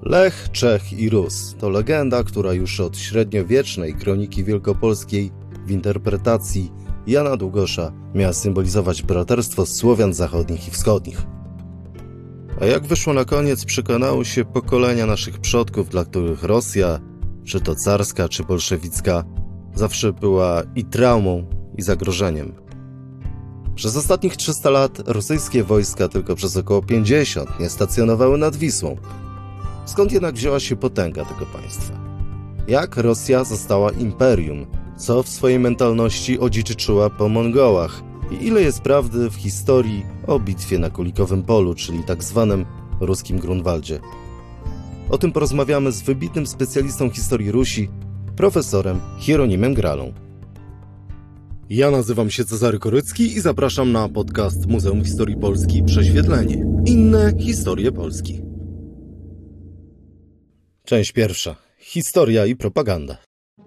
Lech, Czech i Rus to legenda, która już od średniowiecznej kroniki wielkopolskiej w interpretacji Jana Długosza miała symbolizować braterstwo Słowian zachodnich i wschodnich. A jak wyszło na koniec, przekonały się pokolenia naszych przodków, dla których Rosja, czy to carska, czy bolszewicka, zawsze była i traumą, i zagrożeniem. Przez ostatnich 300 lat rosyjskie wojska tylko przez około 50 nie stacjonowały nad Wisłą. Skąd jednak wzięła się potęga tego państwa? Jak Rosja została imperium? Co w swojej mentalności odziedziczyła po Mongołach? I ile jest prawdy w historii o bitwie na Kulikowym Polu, czyli tak zwanym ruskim Grunwaldzie? O tym porozmawiamy z wybitnym specjalistą historii Rusi, profesorem Hieronimem Gralą. Ja nazywam się Cezary Korycki i zapraszam na podcast Muzeum Historii Polski Prześwietlenie. Inne historie Polski. Część pierwsza. Historia i propaganda.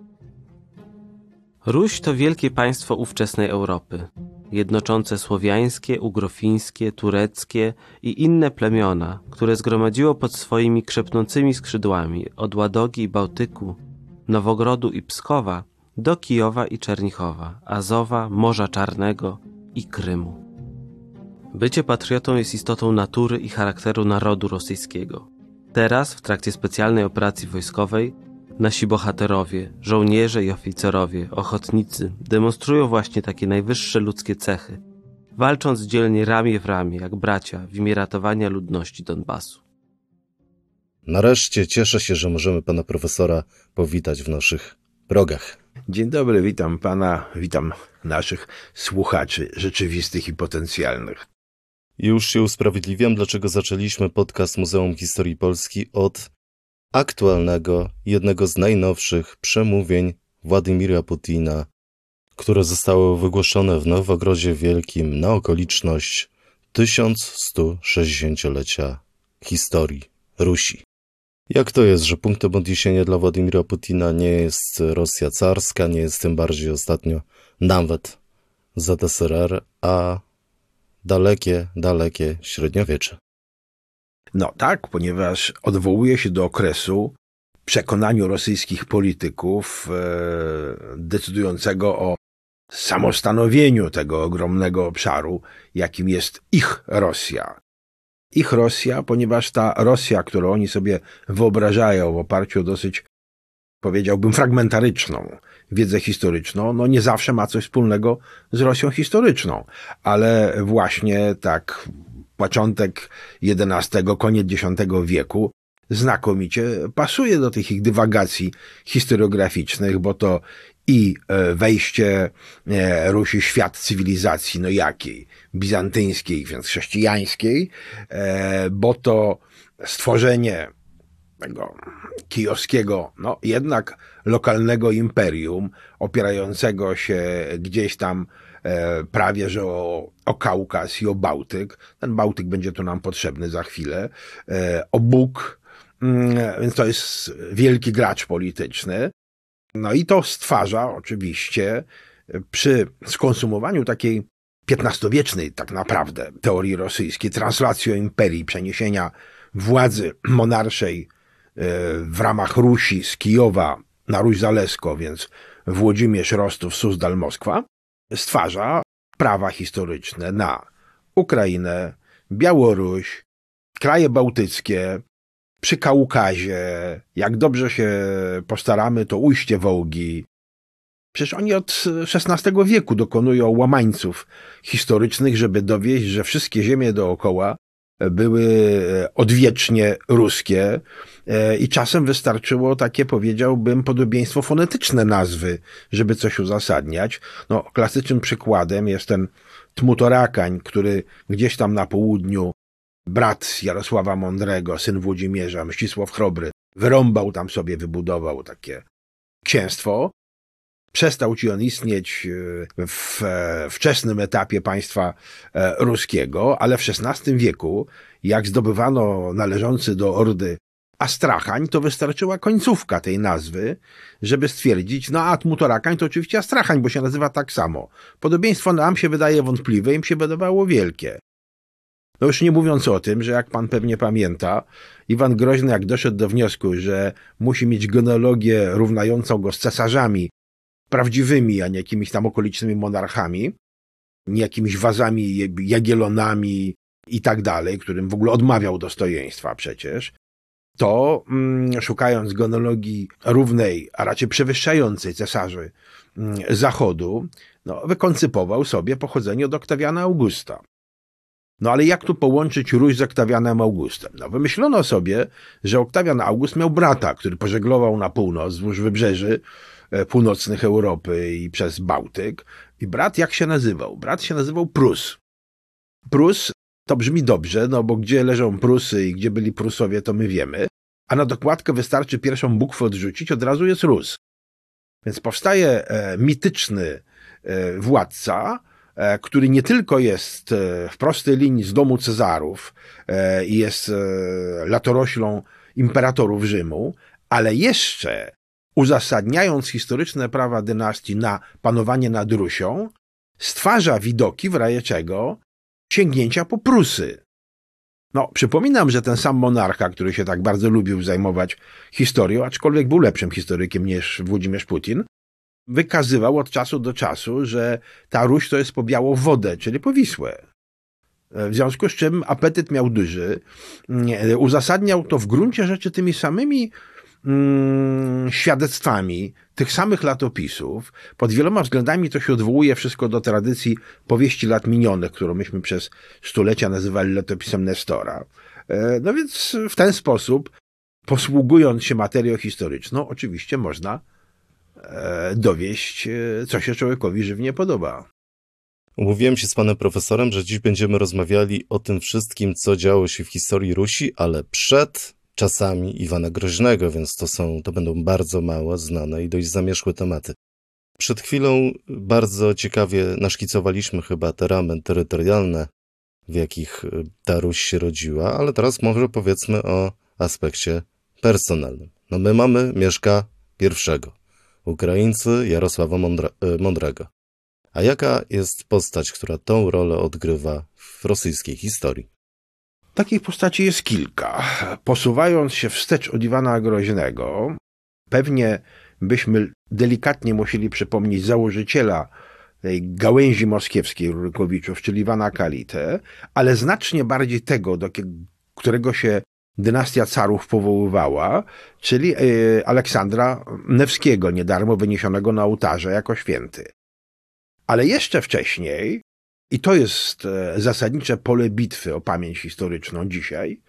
Ruś to wielkie państwo ówczesnej Europy, jednoczące słowiańskie, ugrofińskie, tureckie i inne plemiona, które zgromadziło pod swoimi krzepnącymi skrzydłami od Ładogi i Bałtyku, Nowogrodu i Pskowa do Kijowa i Czernichowa, Azowa, Morza Czarnego i Krymu. Bycie patriotą jest istotą natury i charakteru narodu rosyjskiego. Teraz, w trakcie specjalnej operacji wojskowej, nasi bohaterowie, żołnierze i oficerowie, ochotnicy demonstrują właśnie takie najwyższe ludzkie cechy, walcząc dzielnie ramię w ramię, jak bracia, w imię ratowania ludności Donbasu. Nareszcie cieszę się, że możemy pana profesora powitać w naszych progach. Dzień dobry, witam pana, witam naszych słuchaczy rzeczywistych i potencjalnych. Już się usprawiedliwiam, dlaczego zaczęliśmy podcast Muzeum Historii Polski od aktualnego, jednego z najnowszych przemówień Władimira Putina, które zostało wygłoszone w Nowogrodzie Wielkim na okoliczność 1160-lecia historii Rusi. Jak to jest, że punktem odniesienia dla Władimira Putina nie jest Rosja carska, nie jest tym bardziej ostatnio nawet ZSRR, a dalekie średniowiecze? No tak, ponieważ odwołuje się do okresu w przekonaniu rosyjskich polityków decydującego o samostanowieniu tego ogromnego obszaru, jakim jest ich Rosja. Ich Rosja, ponieważ ta Rosja, którą oni sobie wyobrażają w oparciu o dosyć, powiedziałbym, fragmentaryczną wiedzę historyczną, no nie zawsze ma coś wspólnego z Rosją historyczną, ale właśnie tak początek XI, koniec X wieku znakomicie pasuje do tych ich dywagacji historiograficznych, bo to i wejście Rusi w świat cywilizacji, no jakiej? Bizantyjskiej, więc chrześcijańskiej, bo to stworzenie tego kijowskiego, no jednak lokalnego imperium, opierającego się gdzieś tam prawie że o Kaukaz i o Bałtyk. Ten Bałtyk będzie tu nam potrzebny za chwilę. O Bóg, więc to jest wielki gracz polityczny. No i to stwarza oczywiście przy skonsumowaniu takiej XV-wiecznej tak naprawdę teorii rosyjskiej, translacji imperii, przeniesienia władzy monarszej w ramach Rusi z Kijowa na Ruś Zaleską, więc Włodzimierz, Rostów, Suzdal, Moskwa, stwarza prawa historyczne na Ukrainę, Białoruś, kraje bałtyckie, przy Kaukazie, jak dobrze się postaramy, to ujście Wołgi. Przecież oni od XVI wieku dokonują łamańców historycznych, żeby dowieść, że wszystkie ziemie dookoła były odwiecznie ruskie i czasem wystarczyło takie, powiedziałbym, podobieństwo fonetyczne nazwy, żeby coś uzasadniać. No, klasycznym przykładem jest ten Tmutorakań, który gdzieś tam na południu brat Jarosława Mądrego, syn Włodzimierza, Mścisław Chrobry, wyrąbał tam sobie, wybudował takie księstwo. Przestał ci on istnieć w wczesnym etapie państwa ruskiego, ale w XVI wieku, jak zdobywano należący do Ordy Astrachań, to wystarczyła końcówka tej nazwy, żeby stwierdzić, no a Tmutorakań to oczywiście Astrachań, bo się nazywa tak samo. Podobieństwo nam się wydaje wątpliwe, im się wydawało wielkie. No już nie mówiąc o tym, że jak pan pewnie pamięta, Iwan Groźny jak doszedł do wniosku, że musi mieć genealogię równającą go z cesarzami prawdziwymi, a nie jakimiś tam okolicznymi monarchami, nie jakimiś wazami, Jagiellonami i tak dalej, którym w ogóle odmawiał dostojeństwa przecież, to szukając genealogii równej, a raczej przewyższającej cesarzy Zachodu, no, wykoncypował sobie pochodzenie od Oktawiana Augusta. No ale jak tu połączyć Ruś z Oktawianem Augustem? No wymyślono sobie, że Oktawian August miał brata, który pożeglował na północ, wzdłuż wybrzeży północnych Europy i przez Bałtyk. I brat jak się nazywał? Brat się nazywał Prus. Prus to brzmi dobrze, no bo gdzie leżą Prusy i gdzie byli Prusowie, to my wiemy. A na dokładkę wystarczy pierwszą bukwę odrzucić, od razu jest Rus. Więc powstaje mityczny władca, który nie tylko jest w prostej linii z domu Cezarów i jest latoroślą imperatorów Rzymu, ale jeszcze uzasadniając historyczne prawa dynastii na panowanie nad Rusią, stwarza widoki, w razie czego sięgnięcia po Prusy. No, przypominam, że ten sam monarcha, który się tak bardzo lubił zajmować historią, aczkolwiek był lepszym historykiem niż Włodzimierz Putin, wykazywał od czasu do czasu, że ta Ruś to jest po białą wodę, czyli po Wisłę. W związku z czym apetyt miał duży. Uzasadniał to w gruncie rzeczy tymi samymi świadectwami tych samych latopisów. Pod wieloma względami to się odwołuje wszystko do tradycji powieści lat minionych, którą myśmy przez stulecia nazywali letopisem Nestora. No więc w ten sposób, posługując się materią historyczną, oczywiście można dowieść, co się człowiekowi żywnie podoba. Umówiłem się z panem profesorem, że dziś będziemy rozmawiali o tym wszystkim, co działo się w historii Rusi, ale przed czasami Iwana Groźnego, więc to będą bardzo małe, znane i dość zamierzchłe tematy. Przed chwilą bardzo ciekawie naszkicowaliśmy chyba te ramy terytorialne, w jakich ta Ruś się rodziła, ale teraz może powiedzmy o aspekcie personalnym. No my mamy Mieszka I, Ukraińcy Jarosława Mądrego. A jaka jest postać, która tą rolę odgrywa w rosyjskiej historii? Takich postaci jest kilka. Posuwając się wstecz od Iwana Groźnego, pewnie byśmy delikatnie musieli przypomnieć założyciela tej gałęzi moskiewskiej Rurykowiczów, czyli Iwana Kalitę, ale znacznie bardziej tego, do którego się dynastia carów powoływała, czyli Aleksandra Newskiego, niedarmo wyniesionego na ołtarze jako święty. Ale jeszcze wcześniej, i to jest zasadnicze pole bitwy o pamięć historyczną dzisiaj,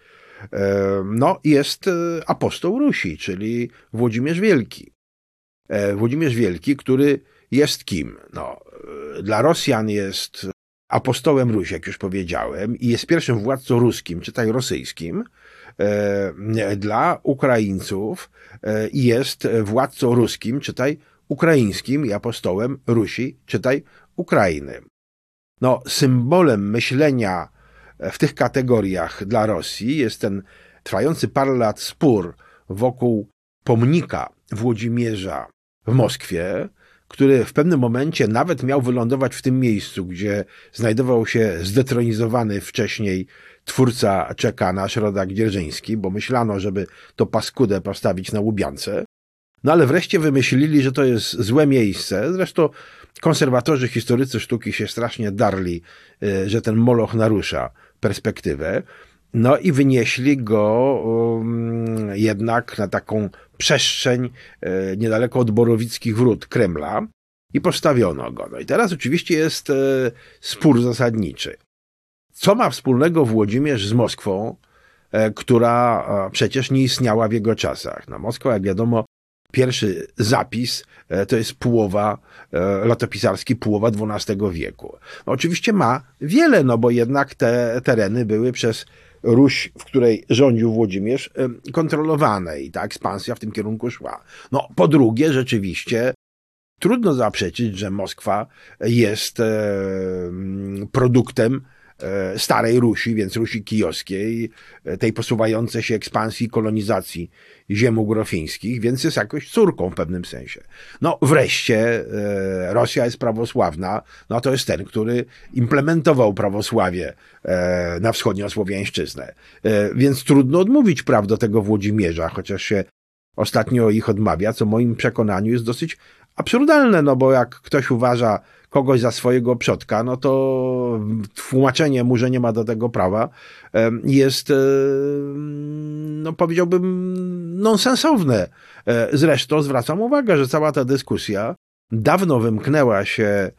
no jest apostoł Rusi, czyli Włodzimierz Wielki. Włodzimierz Wielki, który jest kim? No, dla Rosjan jest apostołem Rusi, jak już powiedziałem, i jest pierwszym władcą ruskim, czytaj rosyjskim. Dla Ukraińców jest władcą ruskim, czytaj ukraińskim, i apostołem Rusi, czytaj Ukrainy. No, symbolem myślenia w tych kategoriach dla Rosji jest ten trwający parę lat spór wokół pomnika Włodzimierza w Moskwie, który w pewnym momencie nawet miał wylądować w tym miejscu, gdzie znajdował się zdetronizowany wcześniej twórca Czeka, nasz rodak Dzierżyński, bo myślano, żeby to paskudę postawić na Łubiance. No ale wreszcie wymyślili, że to jest złe miejsce. Zresztą konserwatorzy, historycy sztuki się strasznie darli, że ten moloch narusza perspektywę. No i wynieśli go jednak na taką przestrzeń niedaleko od Borowickich Wrót Kremla i postawiono go. No i teraz oczywiście jest spór zasadniczy. Co ma wspólnego Włodzimierz z Moskwą, która przecież nie istniała w jego czasach? No Moskwa, jak wiadomo, pierwszy zapis to jest połowa, latopisarski połowa XII wieku. No, oczywiście ma wiele, no bo jednak te tereny były przez Ruś, w której rządził Włodzimierz, kontrolowane i ta ekspansja w tym kierunku szła. No po drugie, rzeczywiście trudno zaprzeczyć, że Moskwa jest produktem starej Rusi, więc Rusi kijowskiej, tej posuwającej się ekspansji i kolonizacji ziem ugrofińskich, więc jest jakoś córką w pewnym sensie. No wreszcie Rosja jest prawosławna, no to jest ten, który implementował prawosławie na wschodniosłowiańszczyznę. Więc trudno odmówić praw do tego Włodzimierza, chociaż się ostatnio ich odmawia, co w moim przekonaniu jest dosyć absurdalne, no bo jak ktoś uważa kogoś za swojego przodka, no to tłumaczenie mu, że nie ma do tego prawa, jest, no powiedziałbym, nonsensowne. Zresztą zwracam uwagę, że cała ta dyskusja dawno wymknęła się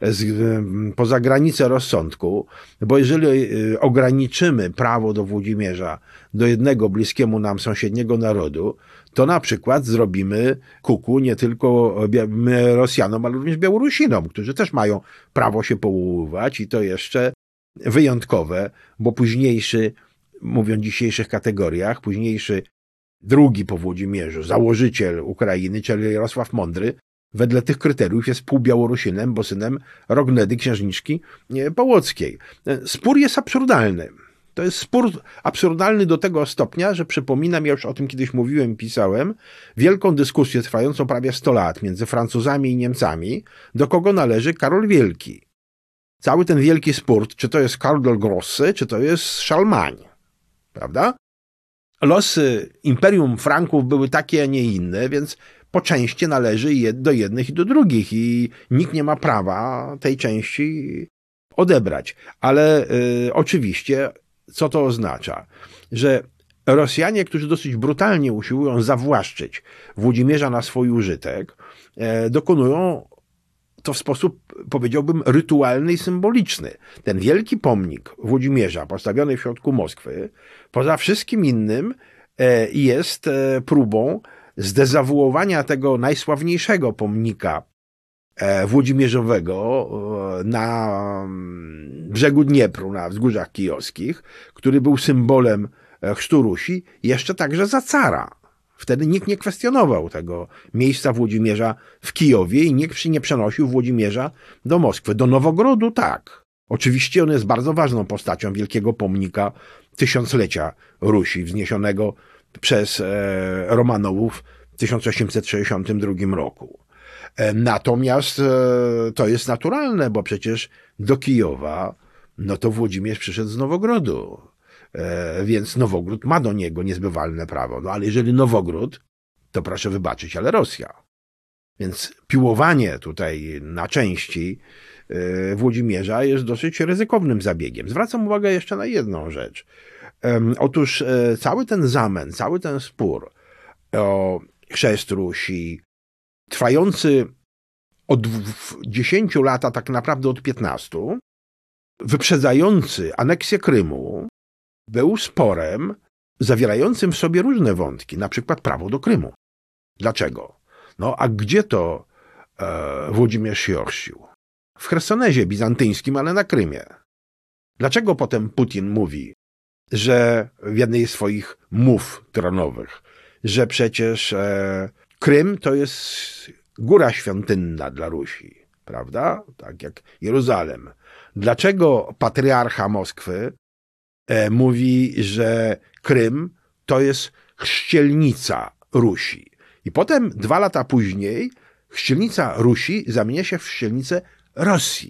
poza granicę rozsądku, bo jeżeli ograniczymy prawo do Włodzimierza do jednego bliskiemu nam sąsiedniego narodu, to na przykład zrobimy kuku nie tylko Rosjanom, ale również Białorusinom, którzy też mają prawo się powoływać i to jeszcze wyjątkowe, bo późniejszy, mówiąc w dzisiejszych kategoriach, późniejszy drugi po Włodzimierzu, założyciel Ukrainy, czyli Jarosław Mądry, wedle tych kryteriów jest półbiałorusinem, bo synem Rognedy, księżniczki połockiej. Spór jest absurdalny. To jest spór absurdalny do tego stopnia, że przypominam, ja już o tym kiedyś mówiłem i pisałem, wielką dyskusję trwającą prawie 100 lat między Francuzami i Niemcami, do kogo należy Karol Wielki. Cały ten wielki spór, czy to jest Karl der Grosse, czy to jest Charlemagne. Prawda? Losy Imperium Franków były takie, a nie inne, więc po części należy do jednych i do drugich i nikt nie ma prawa tej części odebrać. Ale oczywiście, co to oznacza? Że Rosjanie, którzy dosyć brutalnie usiłują zawłaszczyć Włodzimierza na swój użytek, dokonują to w sposób, powiedziałbym, rytualny i symboliczny. Ten wielki pomnik Włodzimierza postawiony w środku Moskwy, poza wszystkim innym jest próbą zdezawuowania tego najsławniejszego pomnika włodzimierzowego na brzegu Dniepru, na wzgórzach kijowskich, który był symbolem chrztu Rusi, jeszcze także za cara. Wtedy nikt nie kwestionował tego miejsca Włodzimierza w Kijowie i nikt nie przenosił Włodzimierza do Moskwy. Do Nowogrodu tak. Oczywiście on jest bardzo ważną postacią wielkiego pomnika tysiąclecia Rusi, wzniesionego przez Romanowów w 1862 roku. Natomiast to jest naturalne, bo przecież do Kijowa no to Włodzimierz przyszedł z Nowogrodu. Więc Nowogród ma do niego niezbywalne prawo. No ale jeżeli Nowogród, to proszę wybaczyć, ale Rosja. Więc piłowanie tutaj na części Włodzimierza jest dosyć ryzykownym zabiegiem. Zwracam uwagę jeszcze na jedną rzecz. Otóż cały ten zamęt, cały ten spór o chrzest Rusi, trwający od 10 lat, a tak naprawdę od 15, wyprzedzający aneksję Krymu, był sporem zawierającym w sobie różne wątki, na przykład prawo do Krymu. Dlaczego? No a gdzie to Włodzimierz się ochrzcił? W Chersonezie bizantyjskim, ale na Krymie. Dlaczego potem Putin mówi, że w jednej z swoich mów tronowych, że przecież Krym to jest góra świątynna dla Rusi, prawda? Tak jak Jeruzalem. Dlaczego patriarcha Moskwy mówi, że Krym to jest chrzcielnica Rusi? I potem 2 lata później chrzcielnica Rusi zamienia się w chrzcielnicę Rosji.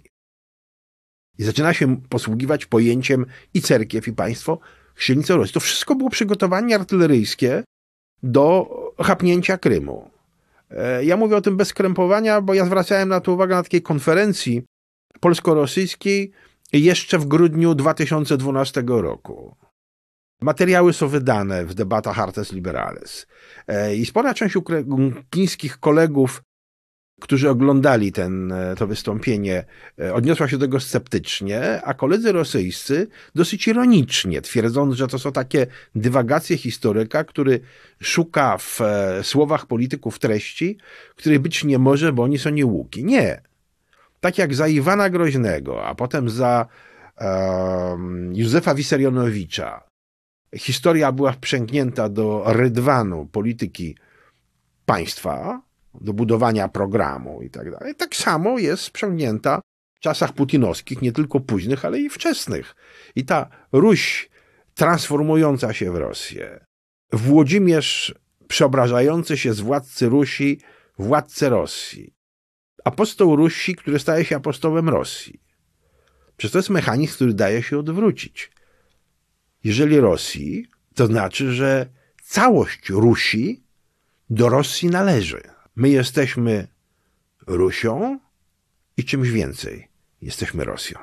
I zaczyna się posługiwać pojęciem i cerkiew, i państwo chrzcielnicą Rosji. To wszystko było przygotowanie artyleryjskie do chapnięcia Krymu. Ja mówię o tym bez skrępowania, bo ja zwracałem na to uwagę na takiej konferencji polsko-rosyjskiej jeszcze w grudniu 2012 roku. Materiały są wydane w debatach Artes Liberales. I spora część ukraińskich kolegów, którzy oglądali to wystąpienie, odniosła się do tego sceptycznie, a koledzy rosyjscy dosyć ironicznie, twierdząc, że to są takie dywagacje historyka, który szuka w słowach polityków treści, której być nie może, bo oni są niełuki. Nie. Tak jak za Iwana Groźnego, a potem za Józefa Wisarionowicza, historia była wprzęgnięta do rydwanu polityki państwa, do budowania programu i tak dalej. Tak samo jest sprzęgnięta czasach putinowskich, nie tylko późnych, ale i wczesnych. I ta Ruś transformująca się w Rosję, Włodzimierz przeobrażający się z władcy Rusi w władcę Rosji, apostoł Rusi, który staje się apostołem Rosji. Przecież to jest mechanizm, który daje się odwrócić. Jeżeli Rosji, to znaczy, że całość Rusi do Rosji należy. My jesteśmy Rusią i czymś więcej. Jesteśmy Rosją.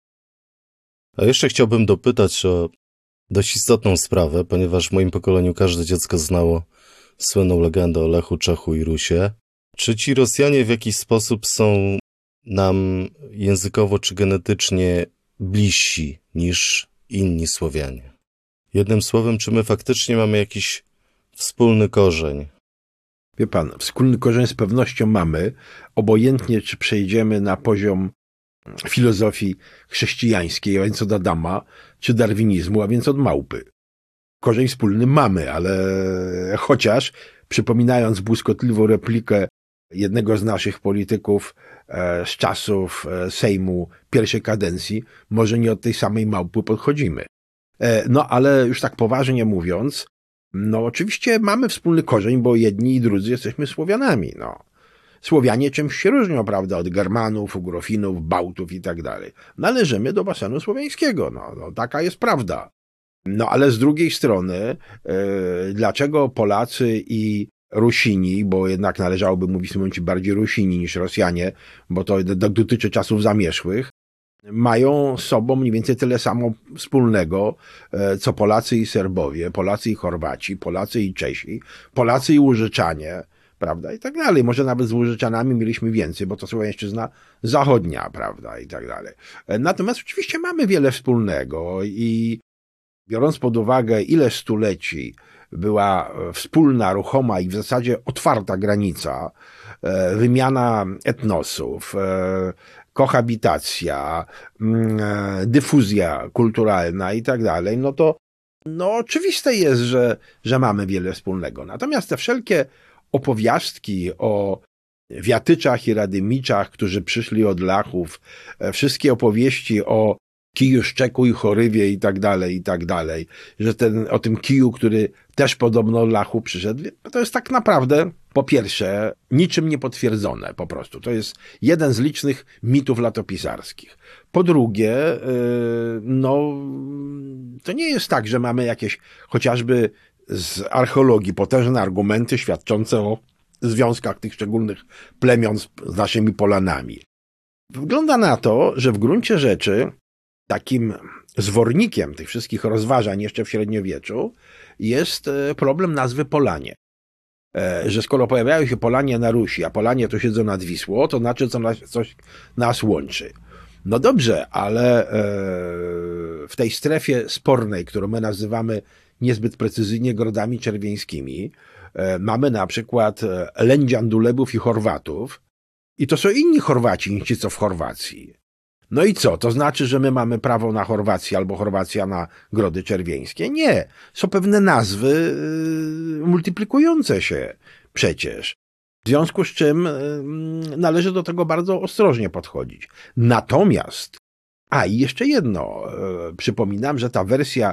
A jeszcze chciałbym dopytać o dość istotną sprawę, ponieważ w moim pokoleniu każde dziecko znało słynną legendę o Lechu, Czechu i Rusie. Czy ci Rosjanie w jakiś sposób są nam językowo czy genetycznie bliżsi niż inni Słowianie? Jednym słowem, czy my faktycznie mamy jakiś wspólny korzeń? Wie pan, wspólny korzeń z pewnością mamy, obojętnie czy przejdziemy na poziom filozofii chrześcijańskiej, a więc od Adama, czy darwinizmu, a więc od małpy. Korzeń wspólny mamy, ale chociaż, przypominając błyskotliwą replikę jednego z naszych polityków z czasów Sejmu pierwszej kadencji, może nie od tej samej małpy podchodzimy. No ale już tak poważnie mówiąc, no oczywiście mamy wspólny korzeń, bo jedni i drudzy jesteśmy Słowianami, no. Słowianie czymś się różnią, prawda, od Germanów, Ugrofinów, Bałtów i tak dalej. Należymy do basenu słowiańskiego, no taka jest prawda. No ale z drugiej strony, dlaczego Polacy i Rusini, bo jednak należałoby mówić w tym momencie bardziej Rusini niż Rosjanie, bo to dotyczy czasów zamierzchłych, mają z sobą mniej więcej tyle samo wspólnego, co Polacy i Serbowie, Polacy i Chorwaci, Polacy i Czesi, Polacy i Łużyczanie, prawda, i tak dalej. Może nawet z Łużyczanami mieliśmy więcej, bo to Słowiańszczyzna zachodnia, prawda, i tak dalej. Natomiast oczywiście mamy wiele wspólnego i biorąc pod uwagę, ile stuleci była wspólna, ruchoma i w zasadzie otwarta granica, wymiana etnosów, kohabitacja, dyfuzja kulturalna i tak dalej, no to oczywiste jest, że mamy wiele wspólnego. Natomiast te wszelkie opowiastki o Wiatyczach i Radymiczach, którzy przyszli od Lachów, wszystkie opowieści o kiju, Szczeku i Chorywie i tak dalej, że o tym kiju, który też podobno od Lachu przyszedł, to jest tak naprawdę, po pierwsze, niczym nie potwierdzone po prostu. To jest jeden z licznych mitów latopisarskich. Po drugie, to nie jest tak, że mamy jakieś chociażby z archeologii potężne argumenty świadczące o związkach tych szczególnych plemion z naszymi Polanami. Wygląda na to, że w gruncie rzeczy takim zwornikiem tych wszystkich rozważań jeszcze w średniowieczu jest problem nazwy Polanie. Że skoro pojawiają się Polanie na Rusi, a Polanie to siedzą nad Wisłą, to znaczy coś nas łączy. No dobrze, ale w tej strefie spornej, którą my nazywamy niezbyt precyzyjnie Grodami Czerwieńskimi, mamy na przykład Lędzian, Dulebów i Chorwatów i to są inni Chorwaci niż ci, co w Chorwacji. No i co? To znaczy, że my mamy prawo na Chorwację albo Chorwacja na Grody Czerwieńskie? Nie. Są pewne nazwy multiplikujące się przecież. W związku z czym należy do tego bardzo ostrożnie podchodzić. Natomiast, i jeszcze jedno, przypominam, że ta wersja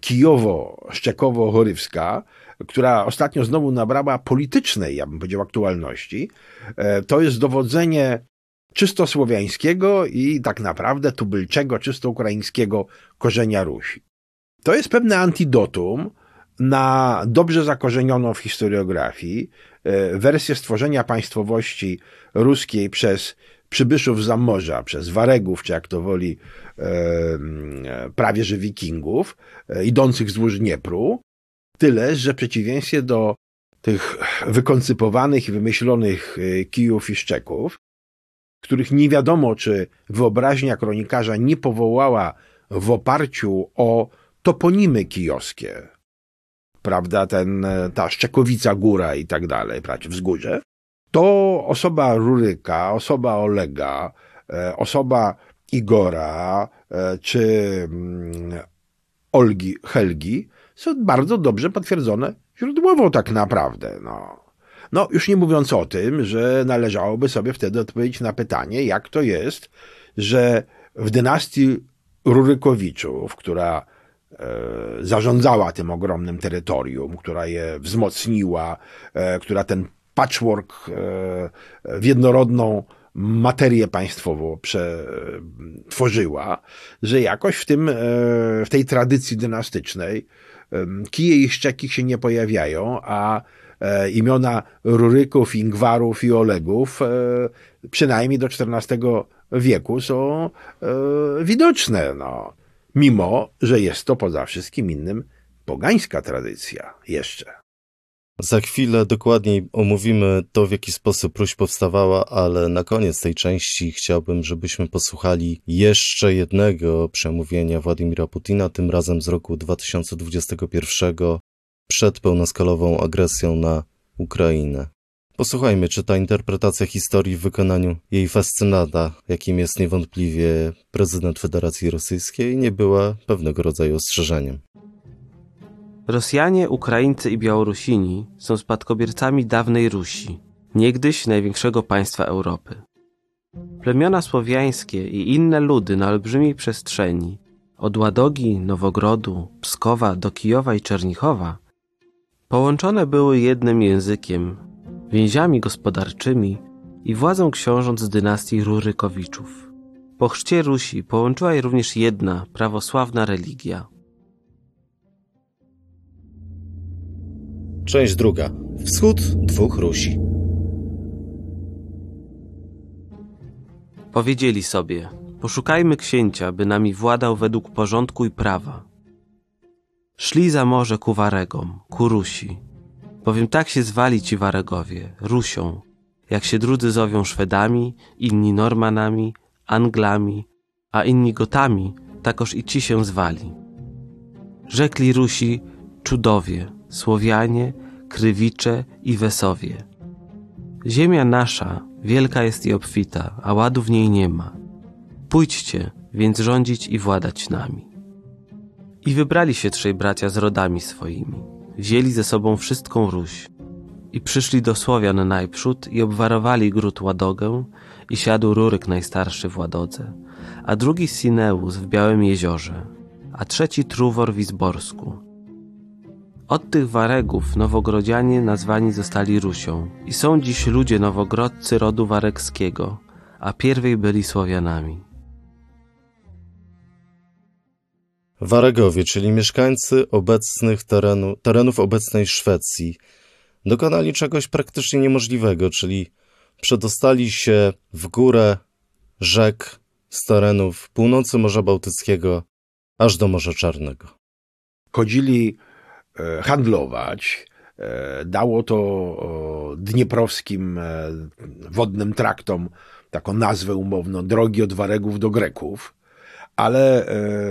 kijowo-szczekowo-chorywska, która ostatnio znowu nabrała politycznej, ja bym powiedział, aktualności, to jest dowodzenie czysto słowiańskiego i tak naprawdę tubylczego, czysto ukraińskiego korzenia Rusi. To jest pewne antidotum na dobrze zakorzenioną w historiografii wersję stworzenia państwowości ruskiej przez przybyszów z Zamorza, przez Waregów, czy jak to woli, prawie że wikingów, idących wzdłuż Dniepru. Tyle, że w przeciwieństwie do tych wykoncypowanych i wymyślonych Kijów i Szczeków, których nie wiadomo, czy wyobraźnia kronikarza nie powołała w oparciu o toponimy kijowskie, prawda, ta Szczekowica Góra i tak dalej, wzgórze, to osoba Ruryka, osoba Olega, osoba Igora czy Olgi, Helgi są bardzo dobrze potwierdzone źródłowo tak naprawdę, No, już nie mówiąc o tym, że należałoby sobie wtedy odpowiedzieć na pytanie, jak to jest, że w dynastii Rurykowiczów, która zarządzała tym ogromnym terytorium, która je wzmocniła, która ten patchwork w jednorodną materię państwową przetworzyła, że jakoś w tej tradycji dynastycznej kije i szczeki się nie pojawiają, a imiona Ruryków, Ingwarów i Olegów przynajmniej do XIV wieku są widoczne, no. Mimo że jest to poza wszystkim innym pogańska tradycja jeszcze. Za chwilę dokładniej omówimy to, w jaki sposób Ruś powstawała, ale na koniec tej części chciałbym, żebyśmy posłuchali jeszcze jednego przemówienia Władimira Putina, tym razem z roku 2021, przed pełnoskalową agresją na Ukrainę. Posłuchajmy, czy ta interpretacja historii w wykonaniu jej fascynata, jakim jest niewątpliwie prezydent Federacji Rosyjskiej, nie była pewnego rodzaju ostrzeżeniem. Rosjanie, Ukraińcy i Białorusini są spadkobiercami dawnej Rusi, niegdyś największego państwa Europy. Plemiona słowiańskie i inne ludy na olbrzymiej przestrzeni, od Ładogi, Nowogrodu, Pskowa do Kijowa i Czernichowa, połączone były jednym językiem, więziami gospodarczymi i władzą książąt z dynastii Rurykowiczów. Po chrzcie Rusi połączyła je również jedna, prawosławna religia. Część druga. Wschód dwóch Rusi. Powiedzieli sobie, poszukajmy księcia, by nami władał według porządku i prawa. Szli za morze ku Waregom, ku Rusi, bowiem tak się zwali ci Waregowie, Rusią, jak się drudzy zowią Szwedami, inni Normanami, Anglami, a inni Gotami, takoż i ci się zwali. Rzekli Rusi Czudowie, Słowianie, Krywicze i Wesowie. Ziemia nasza wielka jest i obfita, a ładu w niej nie ma. Pójdźcie, więc rządzić i władać nami. I wybrali się trzej bracia z rodami swoimi. Wzięli ze sobą wszystką Ruś. I przyszli do Słowian najprzód i obwarowali gród Ładogę i siadł Ruryk najstarszy w Ładodze, a drugi Sineus w Białym Jeziorze, a trzeci Truwor w Izborsku. Od tych Waregów nowogrodzianie nazwani zostali Rusią i są dziś ludzie nowogrodzcy rodu waregskiego, a pierwej byli Słowianami. Waregowie, czyli mieszkańcy obecnych terenów obecnej Szwecji, dokonali czegoś praktycznie niemożliwego, czyli przedostali się w górę rzek z terenów północy Morza Bałtyckiego aż do Morza Czarnego. Chodzili handlować. Dało to dnieprowskim wodnym traktom taką nazwę umowną, drogi od Waregów do Greków, ale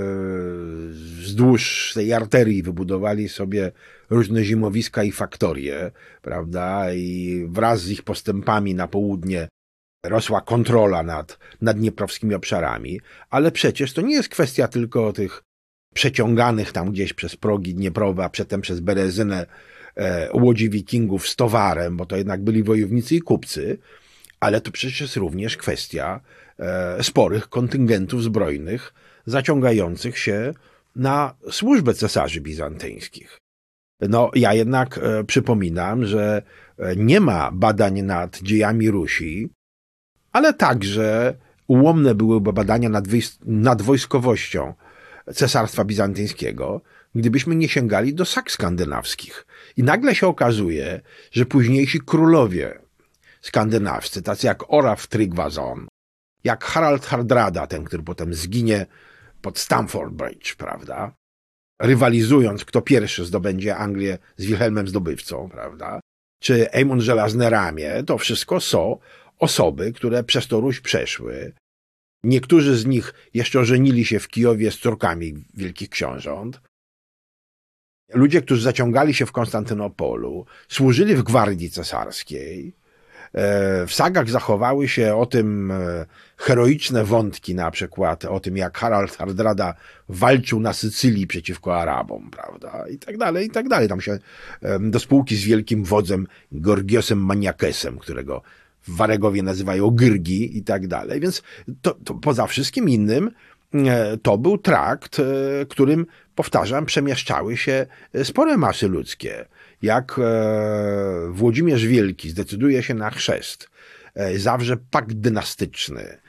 wzdłuż tej arterii wybudowali sobie różne zimowiska i faktorie, prawda, i wraz z ich postępami na południe rosła kontrola nad dnieprowskimi obszarami, ale przecież to nie jest kwestia tylko tych przeciąganych tam gdzieś przez progi Dnieprowa, a przedtem przez Berezynę łodzi wikingów z towarem, bo to jednak byli wojownicy i kupcy, ale to przecież jest również kwestia sporych kontyngentów zbrojnych zaciągających się na służbę cesarzy bizantyjskich. No, ja jednak przypominam, że nie ma badań nad dziejami Rusi, ale także ułomne były badania nad wojskowością Cesarstwa Bizantyjskiego, gdybyśmy nie sięgali do sag skandynawskich. I nagle się okazuje, że późniejsi królowie skandynawscy, tacy jak Olaf Tryggvason, jak Harald Hardrada, ten, który potem zginie pod Stamford Bridge, prawda, rywalizując, kto pierwszy zdobędzie Anglię z Wilhelmem Zdobywcą, prawda, czy Eamon Żelazne Ramię, to wszystko są osoby, które przez to Ruś przeszły. Niektórzy z nich jeszcze ożenili się w Kijowie z córkami wielkich książąt. Ludzie, którzy zaciągali się w Konstantynopolu, służyli w gwardii cesarskiej. W sagach zachowały się o tym heroiczne wątki, na przykład o tym, jak Harald Hardrada walczył na Sycylii przeciwko Arabom, prawda, i tak dalej, i tak dalej. Tam się do spółki z wielkim wodzem Gorgiosem Maniakesem, którego w Waregowie nazywają Gyrgi i tak dalej. Więc to poza wszystkim innym to był trakt, którym, powtarzam, przemieszczały się spore masy ludzkie. Jak Włodzimierz Wielki zdecyduje się na chrzest, zawrze pakt dynastyczny,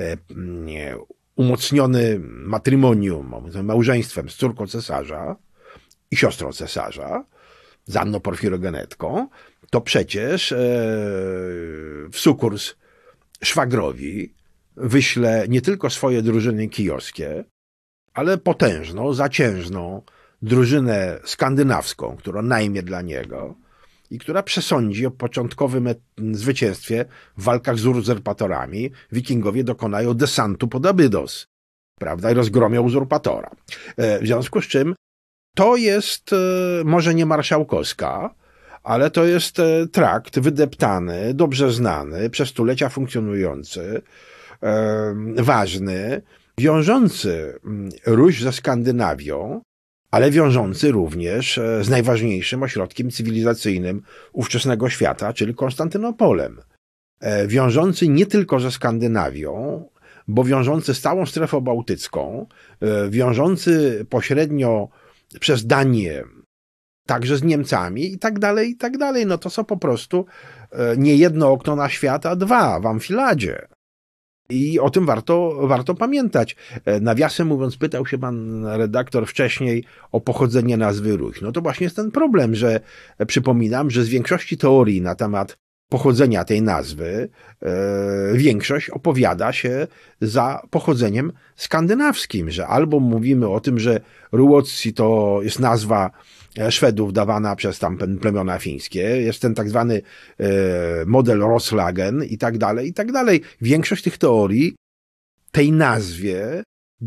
umocniony matrymonium, małżeństwem z córką cesarza i siostrą cesarza, z Anną Porfirogenetką, to przecież w sukurs szwagrowi wyśle nie tylko swoje drużyny kijowskie, ale potężną, zaciężną drużynę skandynawską, którą najmie dla niego i która przesądzi o początkowym zwycięstwie w walkach z uzurpatorami. Wikingowie dokonają desantu pod Abydos, prawda, i rozgromią uzurpatora. W związku z czym to jest może nie marszałkowska, ale to jest trakt wydeptany, dobrze znany, przez stulecia funkcjonujący, ważny, wiążący Ruś ze Skandynawią, ale wiążący również z najważniejszym ośrodkiem cywilizacyjnym ówczesnego świata, czyli Konstantynopolem. Wiążący nie tylko ze Skandynawią, bo wiążący z całą strefą bałtycką, wiążący pośrednio przez Danię, także z Niemcami i tak dalej, i tak dalej. No to są po prostu nie jedno okno na świat, a dwa w Amfiladzie. I o tym warto pamiętać. Nawiasem mówiąc, pytał się pan redaktor wcześniej o pochodzenie nazwy Ruś. No to właśnie jest ten problem, że przypominam, że z większości teorii na temat pochodzenia tej nazwy większość opowiada się za pochodzeniem skandynawskim, że albo mówimy o tym, że Ruotsi to jest nazwa Szwedów dawana przez tam plemiona fińskie, jest ten tak zwany model Roslagen i tak dalej, i tak dalej. Większość tych teorii tej nazwie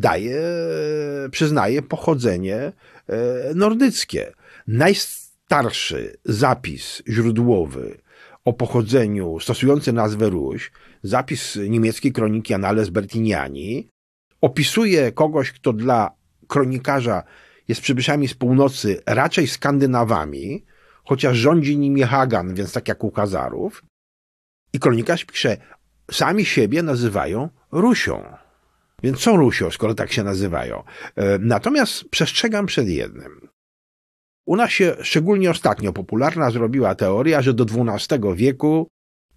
przyznaje pochodzenie nordyckie. Najstarszy zapis źródłowy o pochodzeniu stosujący nazwę Ruś, zapis niemieckiej kroniki Annales Bertiniani, opisuje kogoś, kto dla kronikarza jest przybyszami z północy, raczej Skandynawami, chociaż rządzi nimi Hagan, więc tak jak u Chazarów. I kronikarz pisze, sami siebie nazywają Rusią. Więc są Rusią, skoro tak się nazywają. Natomiast przestrzegam przed jednym. U nas się szczególnie ostatnio popularna zrobiła teoria, że do XII wieku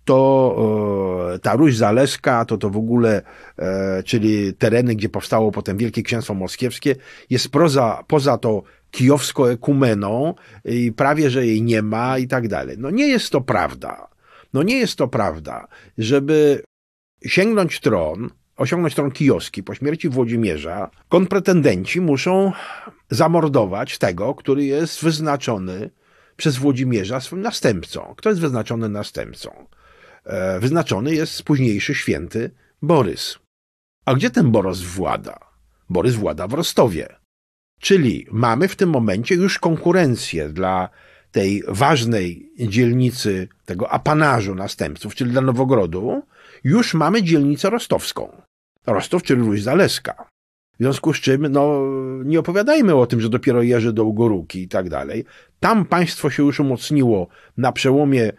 to ta Ruś Zaleska, to w ogóle, czyli tereny, gdzie powstało potem Wielkie Księstwo Moskiewskie, jest poza to kijowską ekumeną i prawie, że jej nie ma i tak dalej. No nie jest to prawda. No nie jest to prawda. Żeby osiągnąć tron kijowski po śmierci Włodzimierza, konpretendenci muszą zamordować tego, który jest wyznaczony przez Włodzimierza swoim następcą. Kto jest wyznaczony następcą? Wyznaczony jest późniejszy święty Borys. A gdzie ten Borys włada? Borys włada w Rostowie. Czyli mamy w tym momencie już konkurencję dla tej ważnej dzielnicy, tego apanażu następców, czyli dla Nowogrodu, już mamy dzielnicę rostowską. Rostów, czyli Ruś Zaleska. W związku z czym, nie opowiadajmy o tym, że dopiero Jerzy Dołgoruki i tak dalej. Tam państwo się już umocniło na przełomie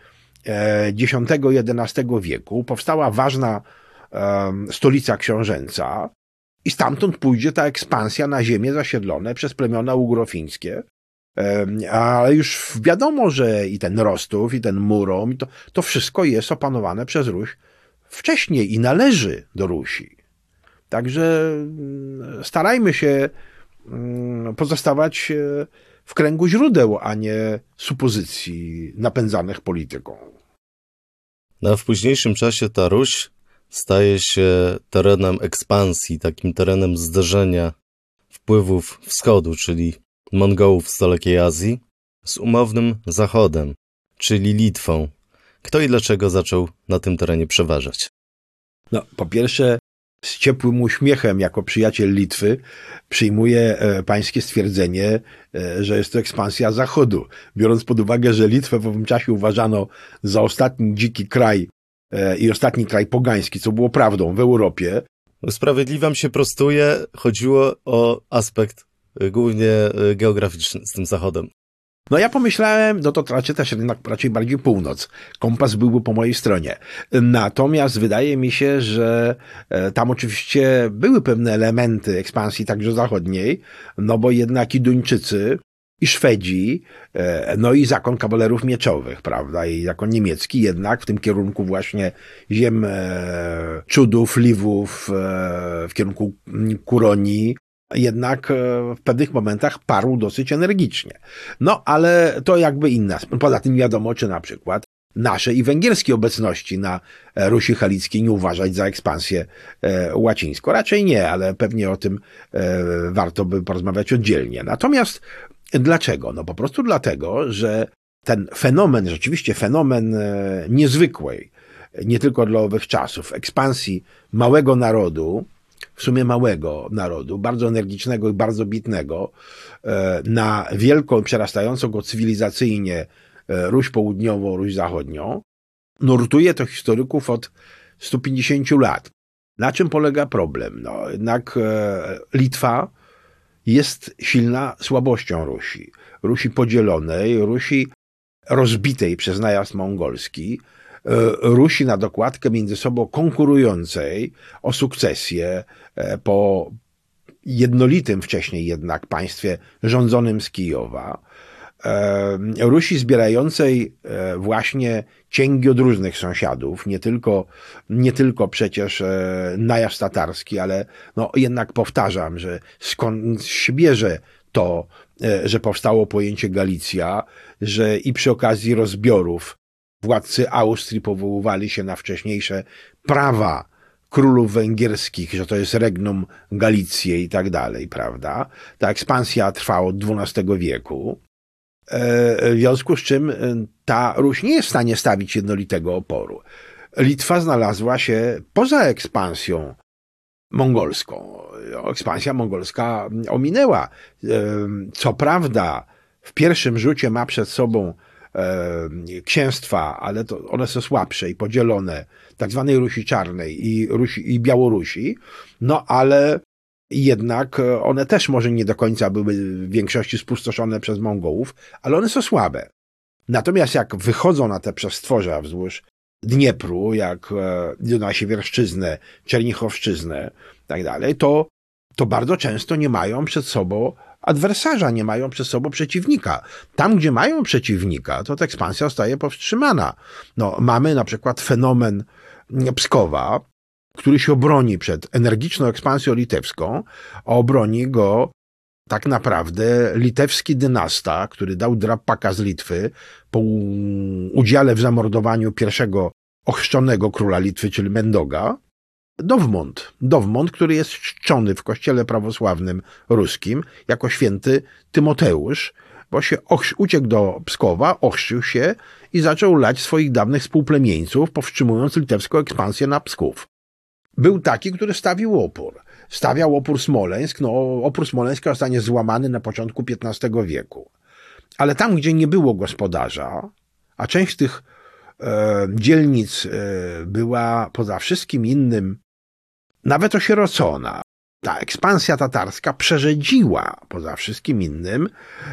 X-XI wieku. Powstała ważna stolica książęca i stamtąd pójdzie ta ekspansja na ziemię zasiedlone przez plemiona ugrofińskie. Ale już wiadomo, że i ten Rostów, i ten Murom, to wszystko jest opanowane przez Ruś wcześniej i należy do Rusi. Także starajmy się pozostawać w kręgu źródeł, a nie supozycji napędzanych polityką. A w późniejszym czasie ta Ruś staje się terenem ekspansji, takim terenem zderzenia wpływów wschodu, czyli Mongołów z dalekiej Azji, z umownym Zachodem, czyli Litwą. Kto i dlaczego zaczął na tym terenie przeważać? Po pierwsze, z ciepłym uśmiechem jako przyjaciel Litwy przyjmuję pańskie stwierdzenie, że jest to ekspansja Zachodu. Biorąc pod uwagę, że Litwę w owym czasie uważano za ostatni dziki kraj i ostatni kraj pogański, co było prawdą w Europie. Usprawiedliwiam się, prostuję. Chodziło o aspekt głównie geograficzny z tym Zachodem. No ja pomyślałem, no to raczej też jednak raczej bardziej północ. Kompas byłby po mojej stronie. Natomiast wydaje mi się, że tam oczywiście były pewne elementy ekspansji także zachodniej, no bo jednak i Duńczycy, i Szwedzi, no i zakon kawalerów mieczowych, prawda, i zakon niemiecki jednak w tym kierunku właśnie ziem Czudów, Liwów, w kierunku Kuronii, jednak w pewnych momentach parł dosyć energicznie. No, ale to jakby inna. Poza tym wiadomo, czy na przykład nasze i węgierskie obecności na Rusi Halickiej nie uważać za ekspansję łacińską. Raczej nie, ale pewnie o tym warto by porozmawiać oddzielnie. Natomiast dlaczego? No po prostu dlatego, że ten fenomen, rzeczywiście fenomen niezwykłej, nie tylko dla owych czasów, ekspansji małego narodu, w sumie małego narodu, bardzo energicznego i bardzo bitnego, na wielką, przerastającą go cywilizacyjnie Ruś Południową, Ruś Zachodnią, nurtuje to historyków od 150 lat. Na czym polega problem? No, jednak Litwa jest silna słabością Rusi. Rusi podzielonej, Rusi rozbitej przez najazd mongolski, Rusi na dokładkę między sobą konkurującej o sukcesję po jednolitym wcześniej jednak państwie rządzonym z Kijowa, Rusi zbierającej właśnie cięgi od różnych sąsiadów, nie tylko przecież najazd tatarski, ale no jednak powtarzam, że skąd się bierze to, że powstało pojęcie Galicja, że i przy okazji rozbiorów władcy Austrii powoływali się na wcześniejsze prawa królów węgierskich, że to jest regnum Galicję i tak dalej, prawda? Ta ekspansja trwa od XII wieku. W związku z czym ta Ruś nie jest w stanie stawić jednolitego oporu. Litwa znalazła się poza ekspansją mongolską. Ekspansja mongolska ominęła. Co prawda w pierwszym rzucie ma przed sobą księstwa, ale to one są słabsze i podzielone, tak zwanej Rusi Czarnej i Białorusi, no ale jednak one też może nie do końca były w większości spustoszone przez Mongołów, ale one są słabe. Natomiast jak wychodzą na te przestworza wzdłuż Dniepru, jak na Siewierszczyznę, Czernichowszczyznę i tak dalej, to bardzo często nie mają przed sobą adwersarza, nie mają przed sobą przeciwnika. Tam, gdzie mają przeciwnika, to ta ekspansja zostaje powstrzymana. No, mamy na przykład fenomen Pskowa, który się obroni przed energiczną ekspansją litewską, a obroni go tak naprawdę litewski dynasta, który dał drapaka z Litwy po udziale w zamordowaniu pierwszego ochrzczonego króla Litwy, czyli Mendoga, Dowmont, który jest czczony w kościele prawosławnym ruskim jako święty Tymoteusz, bo się uciekł do Pskowa, ochrzcił się i zaczął lać swoich dawnych współplemieńców, powstrzymując litewską ekspansję na Psków. Był taki, który stawił opór. Stawiał opór Smoleńsk, no opór Smoleńska zostanie złamany na początku XV wieku. Ale tam, gdzie nie było gospodarza, a część tych dzielnic była poza wszystkim innym nawet osierocona, ta ekspansja tatarska przerzedziła poza wszystkim innym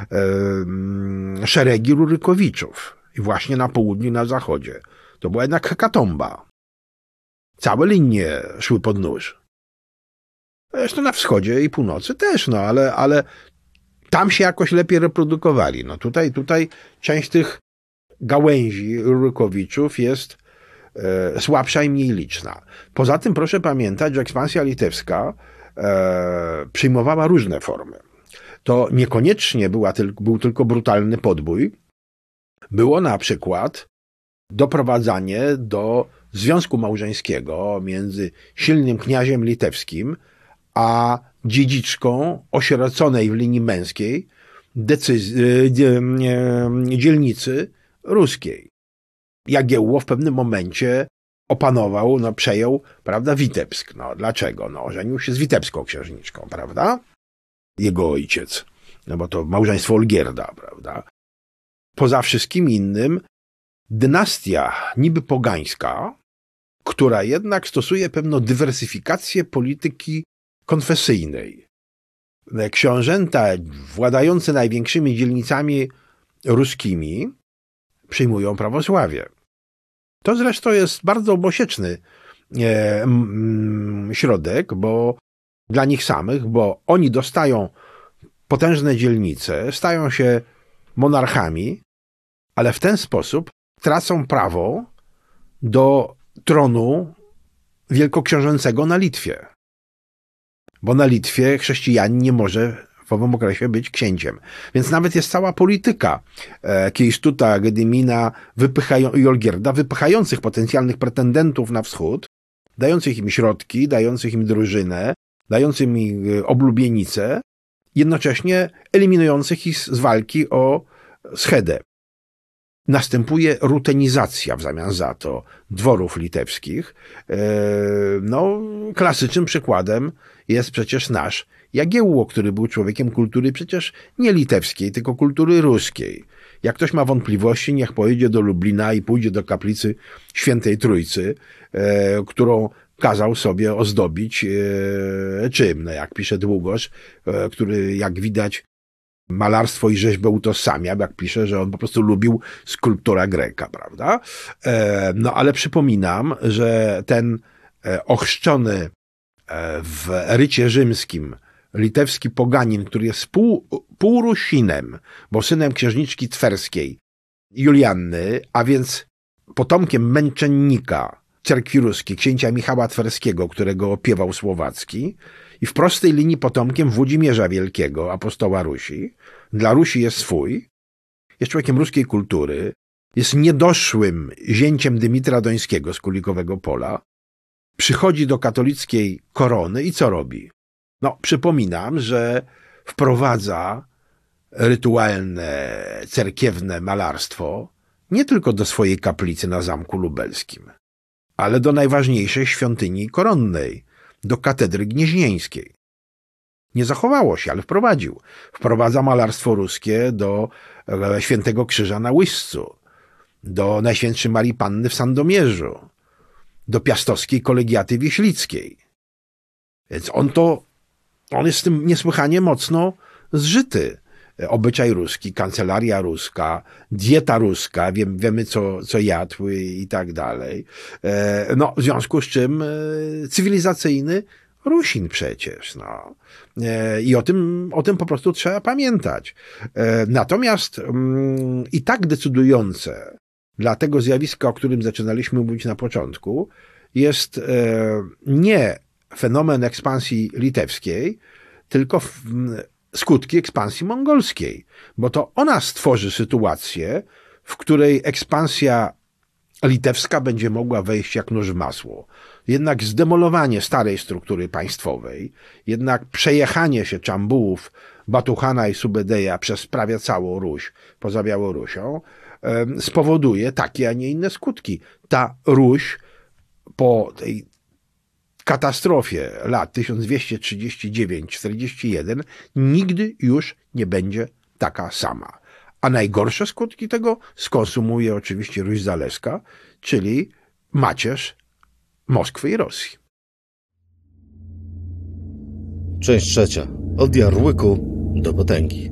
szeregi Rurykowiczów. I właśnie na południu i na zachodzie. To była jednak hekatomba. Całe linie szły pod nóż. Zresztą na wschodzie i północy też, no ale tam się jakoś lepiej reprodukowali. No tutaj część tych gałęzi Rurykowiczów jest słabsza i mniej liczna. Poza tym proszę pamiętać, że ekspansja litewska przyjmowała różne formy. To niekoniecznie był tylko brutalny podbój. Było na przykład doprowadzanie do związku małżeńskiego między silnym kniaziem litewskim a dziedziczką osieroconej w linii męskiej dzielnicy ruskiej. Jagiełło w pewnym momencie opanował, przejął, prawda, Witebsk. No, dlaczego? No, ożenił się z witebską księżniczką, prawda? Jego ojciec. No bo to małżeństwo Olgierda, prawda? Poza wszystkim innym dynastia niby pogańska, która jednak stosuje pewną dywersyfikację polityki konfesyjnej. Książęta władające największymi dzielnicami ruskimi przyjmują prawosławie. To zresztą jest bardzo obosieczny środek, bo dla nich samych, bo oni dostają potężne dzielnice, stają się monarchami, ale w ten sposób tracą prawo do tronu wielkoksiążęcego na Litwie. Bo na Litwie chrześcijanin nie może w owym okresie być księciem. Więc nawet jest cała polityka Kiejstuta, Gedymina i Olgierda, wypychających potencjalnych pretendentów na wschód, dających im środki, dających im drużynę, dających im oblubienicę, jednocześnie eliminujących ich z walki o schedę. Następuje rutenizacja w zamian za to dworów litewskich. Klasycznym przykładem jest przecież nasz Jagiełło, który był człowiekiem kultury przecież nie litewskiej, tylko kultury ruskiej. Jak ktoś ma wątpliwości, niech pojedzie do Lublina i pójdzie do kaplicy Świętej Trójcy, którą kazał sobie ozdobić czym? Jak pisze Długosz, który jak widać malarstwo i rzeźbę utożsamia, jak pisze, że on po prostu lubił skulptura Greka, prawda? Ale przypominam, że ten ochrzczony w rycie rzymskim litewski poganin, który jest półrusinem, bo synem księżniczki twerskiej Julianny, a więc potomkiem męczennika cerkwi ruskiej, księcia Michała Twerskiego, którego opiewał Słowacki, i w prostej linii potomkiem Włodzimierza Wielkiego, apostoła Rusi. Dla Rusi jest swój, jest człowiekiem ruskiej kultury, jest niedoszłym zięciem Dymitra Dońskiego z Kulikowego Pola, przychodzi do katolickiej korony i co robi? Przypominam, że wprowadza rytualne, cerkiewne malarstwo nie tylko do swojej kaplicy na Zamku Lubelskim, ale do najważniejszej świątyni koronnej, do katedry gnieźnieńskiej. Nie zachowało się, ale wprowadził. Wprowadza malarstwo ruskie do Świętego Krzyża na Łyżcu, do Najświętszej Marii Panny w Sandomierzu, do Piastowskiej Kolegiaty Wieślickiej. Więc on jest z tym niesłychanie mocno zżyty. Obyczaj ruski, kancelaria ruska, dieta ruska, wiemy co jadł i tak dalej. W związku z czym cywilizacyjny Rusin przecież. I o tym po prostu trzeba pamiętać. Natomiast i tak decydujące dla tego zjawiska, o którym zaczynaliśmy mówić na początku, jest nie fenomen ekspansji litewskiej, tylko skutki ekspansji mongolskiej, bo to ona stworzy sytuację, w której ekspansja litewska będzie mogła wejść jak nóż w masło. Jednak zdemolowanie starej struktury państwowej, jednak przejechanie się Czambułów, Batuchana i Subedeja przez prawie całą Ruś, poza Białorusią, spowoduje takie, a nie inne skutki. Ta Ruś po tej katastrofie lat 1239-41 nigdy już nie będzie taka sama. A najgorsze skutki tego skonsumuje oczywiście Ruś Zaleska, czyli macierz Moskwy i Rosji. Część trzecia. Od Jarłyku do potęgi.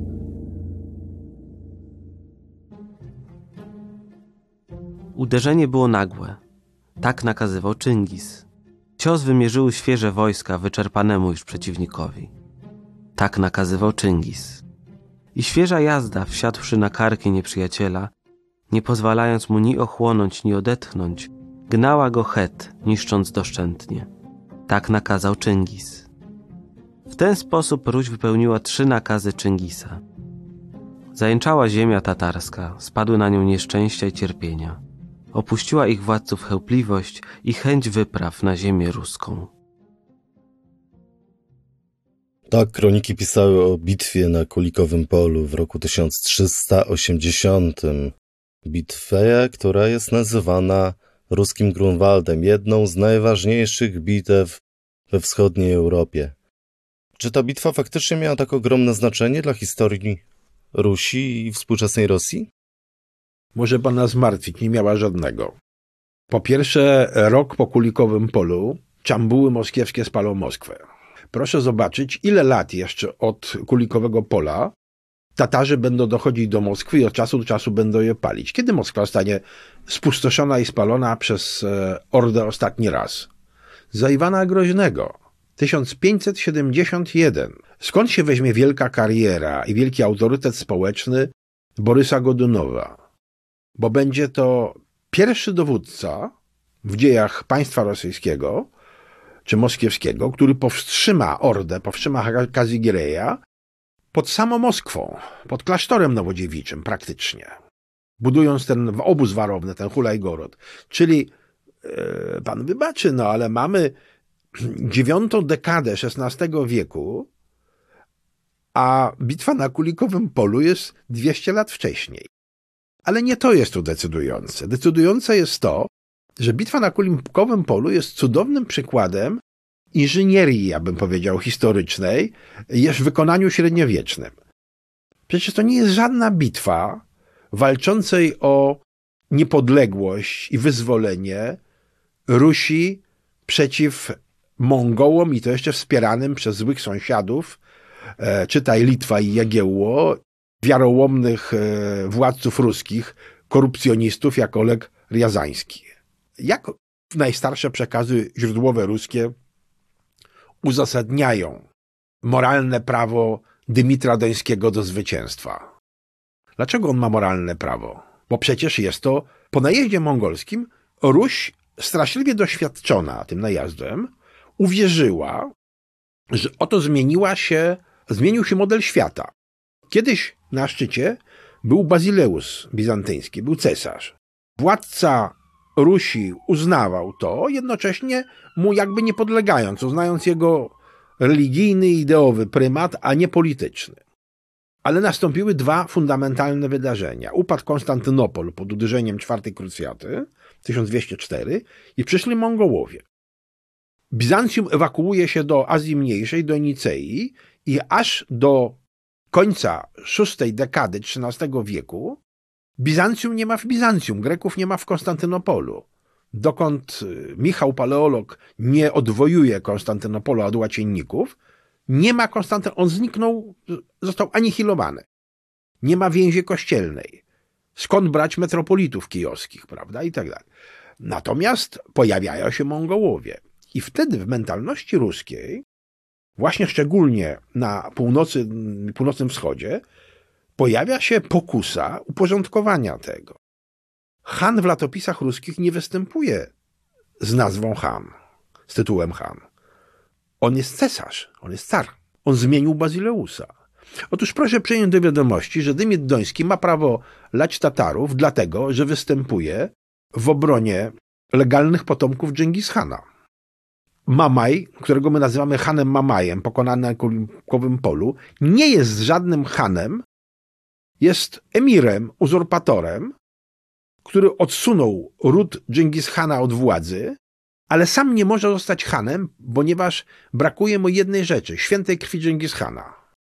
Uderzenie było nagłe. Tak nakazywał Czyngis. Cios wymierzyły świeże wojska wyczerpanemu już przeciwnikowi. Tak nakazywał Czyngis. I świeża jazda, wsiadłszy na karki nieprzyjaciela, nie pozwalając mu ni ochłonąć, ni odetchnąć, gnała go Het, niszcząc doszczętnie. Tak nakazał Czyngis. W ten sposób Ruś wypełniła 3 nakazy Czyngisa. Zajęczała ziemia tatarska, spadły na nią nieszczęścia i cierpienia. Opuściła ich władców chełpliwość i chęć wypraw na ziemię ruską. Tak kroniki pisały o bitwie na Kulikowym Polu w roku 1380. Bitwę, która jest nazywana ruskim Grunwaldem, jedną z najważniejszych bitew we wschodniej Europie. Czy ta bitwa faktycznie miała tak ogromne znaczenie dla historii Rusi i współczesnej Rosji? Może pana zmartwić, nie miała żadnego. Po pierwsze, rok po Kulikowym Polu Czambuły moskiewskie spalą Moskwę. Proszę zobaczyć, ile lat jeszcze od Kulikowego Pola Tatarzy będą dochodzić do Moskwy i od czasu do czasu będą je palić. Kiedy Moskwa zostanie spustoszona i spalona przez Ordę ostatni raz? Za Iwana Groźnego. 1571. Skąd się weźmie wielka kariera i wielki autorytet społeczny Borysa Godunowa? Bo będzie to pierwszy dowódca w dziejach państwa rosyjskiego czy moskiewskiego, który powstrzyma Ordę, powstrzyma Kazimierza pod samą Moskwą, pod klasztorem nowodziewiczym praktycznie, budując ten obóz warowny, ten Hulajgorod. Czyli, pan wybaczy, ale mamy IX dekadę XVI wieku, a bitwa na Kulikowym Polu jest 200 lat wcześniej. Ale nie to jest tu decydujące. Decydujące jest to, że bitwa na Kulikowym Polu jest cudownym przykładem inżynierii, ja bym powiedział, historycznej, jest w wykonaniu średniowiecznym. Przecież to nie jest żadna bitwa walczącej o niepodległość i wyzwolenie Rusi przeciw Mongołom i to jeszcze wspieranym przez złych sąsiadów, czytaj Litwa i Jagiełło, wiarołomnych władców ruskich, korupcjonistów jak Oleg Riazański. Jak najstarsze przekazy źródłowe ruskie uzasadniają moralne prawo Dymitra Dońskiego do zwycięstwa? Dlaczego on ma moralne prawo? Bo przecież jest to po najeździe mongolskim Ruś straszliwie doświadczona tym najazdem uwierzyła, że oto zmienił się model świata. Kiedyś na szczycie był Bazileus bizantyński, był cesarz. Władca Rusi uznawał to, jednocześnie mu jakby nie podlegając, uznając jego religijny, ideowy prymat, a nie polityczny. Ale nastąpiły dwa fundamentalne wydarzenia. Upadł Konstantynopol pod uderzeniem czwartej krucjaty, 1204, i przyszli Mongołowie. Bizancjum ewakuuje się do Azji Mniejszej, do Nicei i aż do końca VI dekady XIII wieku Bizancjum nie ma w Bizancjum, Greków nie ma w Konstantynopolu. Dokąd Michał Paleolog nie odwojuje Konstantynopolu od łacienników, nie ma on zniknął, został anihilowany. Nie ma więzi kościelnej. Skąd brać metropolitów kijowskich, prawda, i tak dalej. Natomiast pojawiają się Mongołowie. I wtedy w mentalności ruskiej, właśnie szczególnie na północnym wschodzie, pojawia się pokusa uporządkowania tego. Han w latopisach ruskich nie występuje z nazwą Han, z tytułem Han. On jest cesarz, on jest car. On zmienił Bazileusa. Otóż proszę przyjąć do wiadomości, że Dymit Doński ma prawo lać Tatarów dlatego, że występuje w obronie legalnych potomków Dżingis-Hana. Mamaj, którego my nazywamy Hanem Mamajem, pokonany na Kulikowym Polu, nie jest żadnym Hanem, jest emirem, uzurpatorem, który odsunął ród Dżingis-Hana od władzy, ale sam nie może zostać Hanem, ponieważ brakuje mu jednej rzeczy, świętej krwi Dżingis-Hana.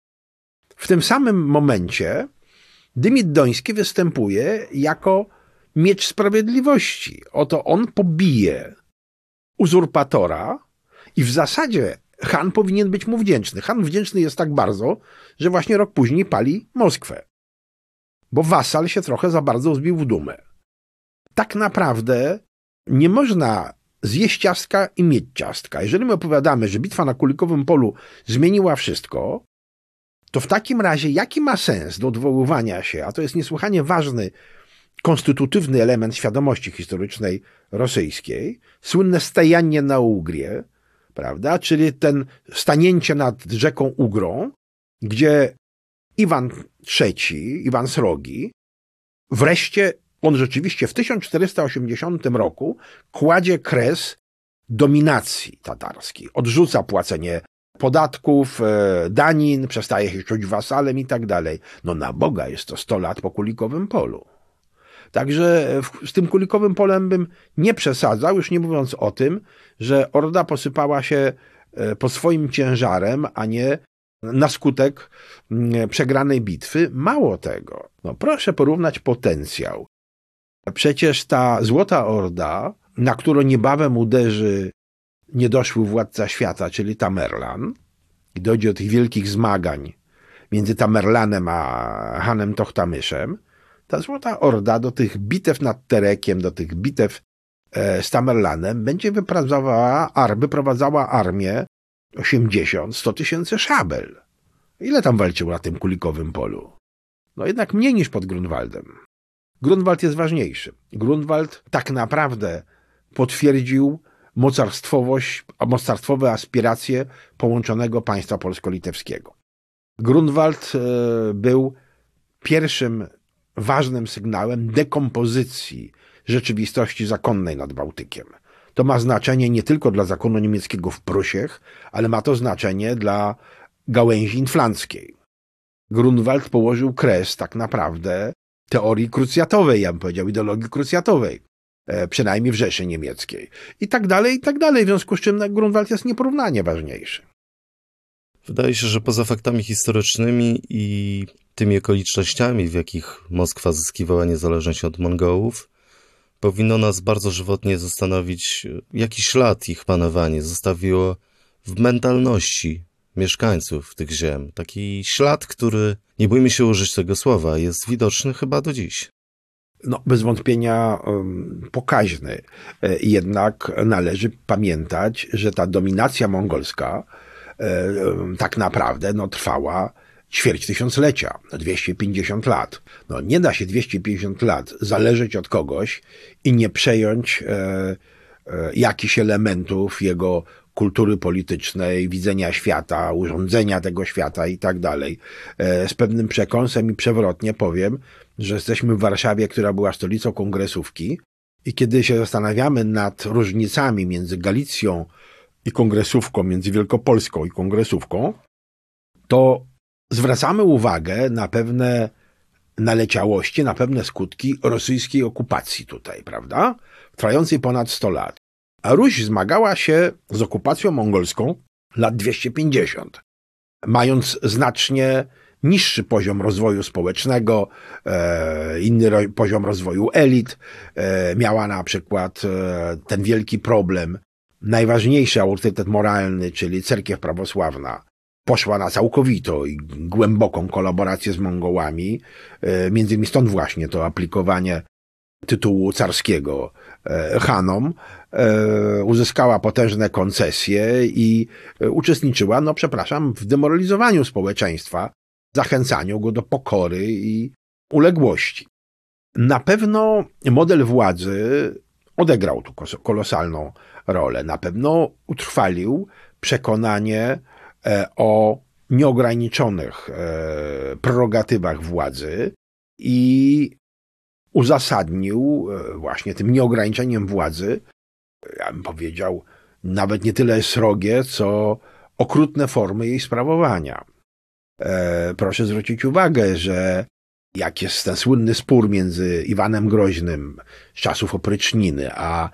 W tym samym momencie Dymit Doński występuje jako miecz sprawiedliwości. Oto on pobije uzurpatora i w zasadzie Han powinien być mu wdzięczny. Han wdzięczny jest tak bardzo, że właśnie rok później pali Moskwę. Bo wasal się trochę za bardzo zbił w dumę. Tak naprawdę nie można zjeść ciastka i mieć ciastka. Jeżeli my opowiadamy, że bitwa na Kulikowym Polu zmieniła wszystko, to w takim razie jaki ma sens do odwoływania się, a to jest niesłychanie ważny, konstytutywny element świadomości historycznej rosyjskiej, słynne stajanie na Ugrie, prawda, czyli ten stanięcie nad rzeką Ugrą, gdzie Iwan III, Iwan Srogi, wreszcie on rzeczywiście w 1480 roku kładzie kres dominacji tatarskiej, odrzuca płacenie podatków, danin, przestaje się czuć wasalem i tak dalej. No na Boga jest to 100 lat po Kulikowym Polu. Także z tym Kulikowym Polem bym nie przesadzał, już nie mówiąc o tym, że Orda posypała się pod swoim ciężarem, a nie na skutek przegranej bitwy. Mało tego. No proszę porównać potencjał. Przecież ta Złota Orda, na którą niebawem uderzy niedoszły władca świata, czyli Tamerlan, i dojdzie do tych wielkich zmagań między Tamerlanem a Hanem Tochtamyszem, ta Złota Orda do tych bitew nad Terekiem, do tych bitew z Tamerlanem będzie wyprowadzała armię 80-100 tysięcy szabel. Ile tam walczyło na tym Kulikowym polu? No jednak mniej niż pod Grunwaldem. Grunwald jest ważniejszy. Grunwald tak naprawdę potwierdził mocarstwowe aspiracje połączonego państwa polsko-litewskiego. Grunwald był pierwszym ważnym sygnałem dekompozycji rzeczywistości zakonnej nad Bałtykiem. To ma znaczenie nie tylko dla zakonu niemieckiego w Prusiech, ale ma to znaczenie dla gałęzi inflanckiej. Grunwald położył kres tak naprawdę teorii krucjatowej, ja bym powiedział, ideologii krucjatowej, przynajmniej w Rzeszy Niemieckiej. I tak dalej, w związku z czym Grunwald jest nieporównanie ważniejszy. Wydaje się, że poza faktami historycznymi i tymi okolicznościami, w jakich Moskwa zyskiwała niezależność od Mongołów, powinno nas bardzo żywotnie zastanowić, jaki ślad ich panowanie zostawiło w mentalności mieszkańców tych ziem. Taki ślad, który, nie bójmy się użyć tego słowa, jest widoczny chyba do dziś. No, bez wątpienia pokaźny. Jednak należy pamiętać, że ta dominacja mongolska tak naprawdę trwała ćwierć tysiąclecia, 250 lat. No, nie da się 250 lat zależeć od kogoś i nie przejąć jakichś elementów jego kultury politycznej, widzenia świata, urządzenia tego świata i tak dalej. Z pewnym przekąsem i przewrotnie powiem, że jesteśmy w Warszawie, która była stolicą kongresówki i kiedy się zastanawiamy nad różnicami między Galicją i kongresówką, między Wielkopolską i kongresówką, to zwracamy uwagę na pewne naleciałości, na pewne skutki rosyjskiej okupacji tutaj, prawda? Trwającej ponad 100 lat. A Ruś zmagała się z okupacją mongolską lat 250, mając znacznie niższy poziom rozwoju społecznego, inny poziom rozwoju elit. Miała na przykład ten wielki problem, najważniejszy autorytet moralny, czyli cerkiew prawosławna, poszła na całkowitą i głęboką kolaborację z Mongołami, między innymi stąd właśnie to aplikowanie tytułu carskiego Hanom, uzyskała potężne koncesje i uczestniczyła, w demoralizowaniu społeczeństwa, zachęcaniu go do pokory i uległości. Na pewno model władzy odegrał tu kolosalną rolę. Na pewno utrwalił przekonanie o nieograniczonych prerogatywach władzy i uzasadnił właśnie tym nieograniczeniem władzy, ja bym powiedział, nawet nie tyle srogie, co okrutne formy jej sprawowania. Proszę zwrócić uwagę, że jak jest ten słynny spór między Iwanem Groźnym z czasów opryczniny, a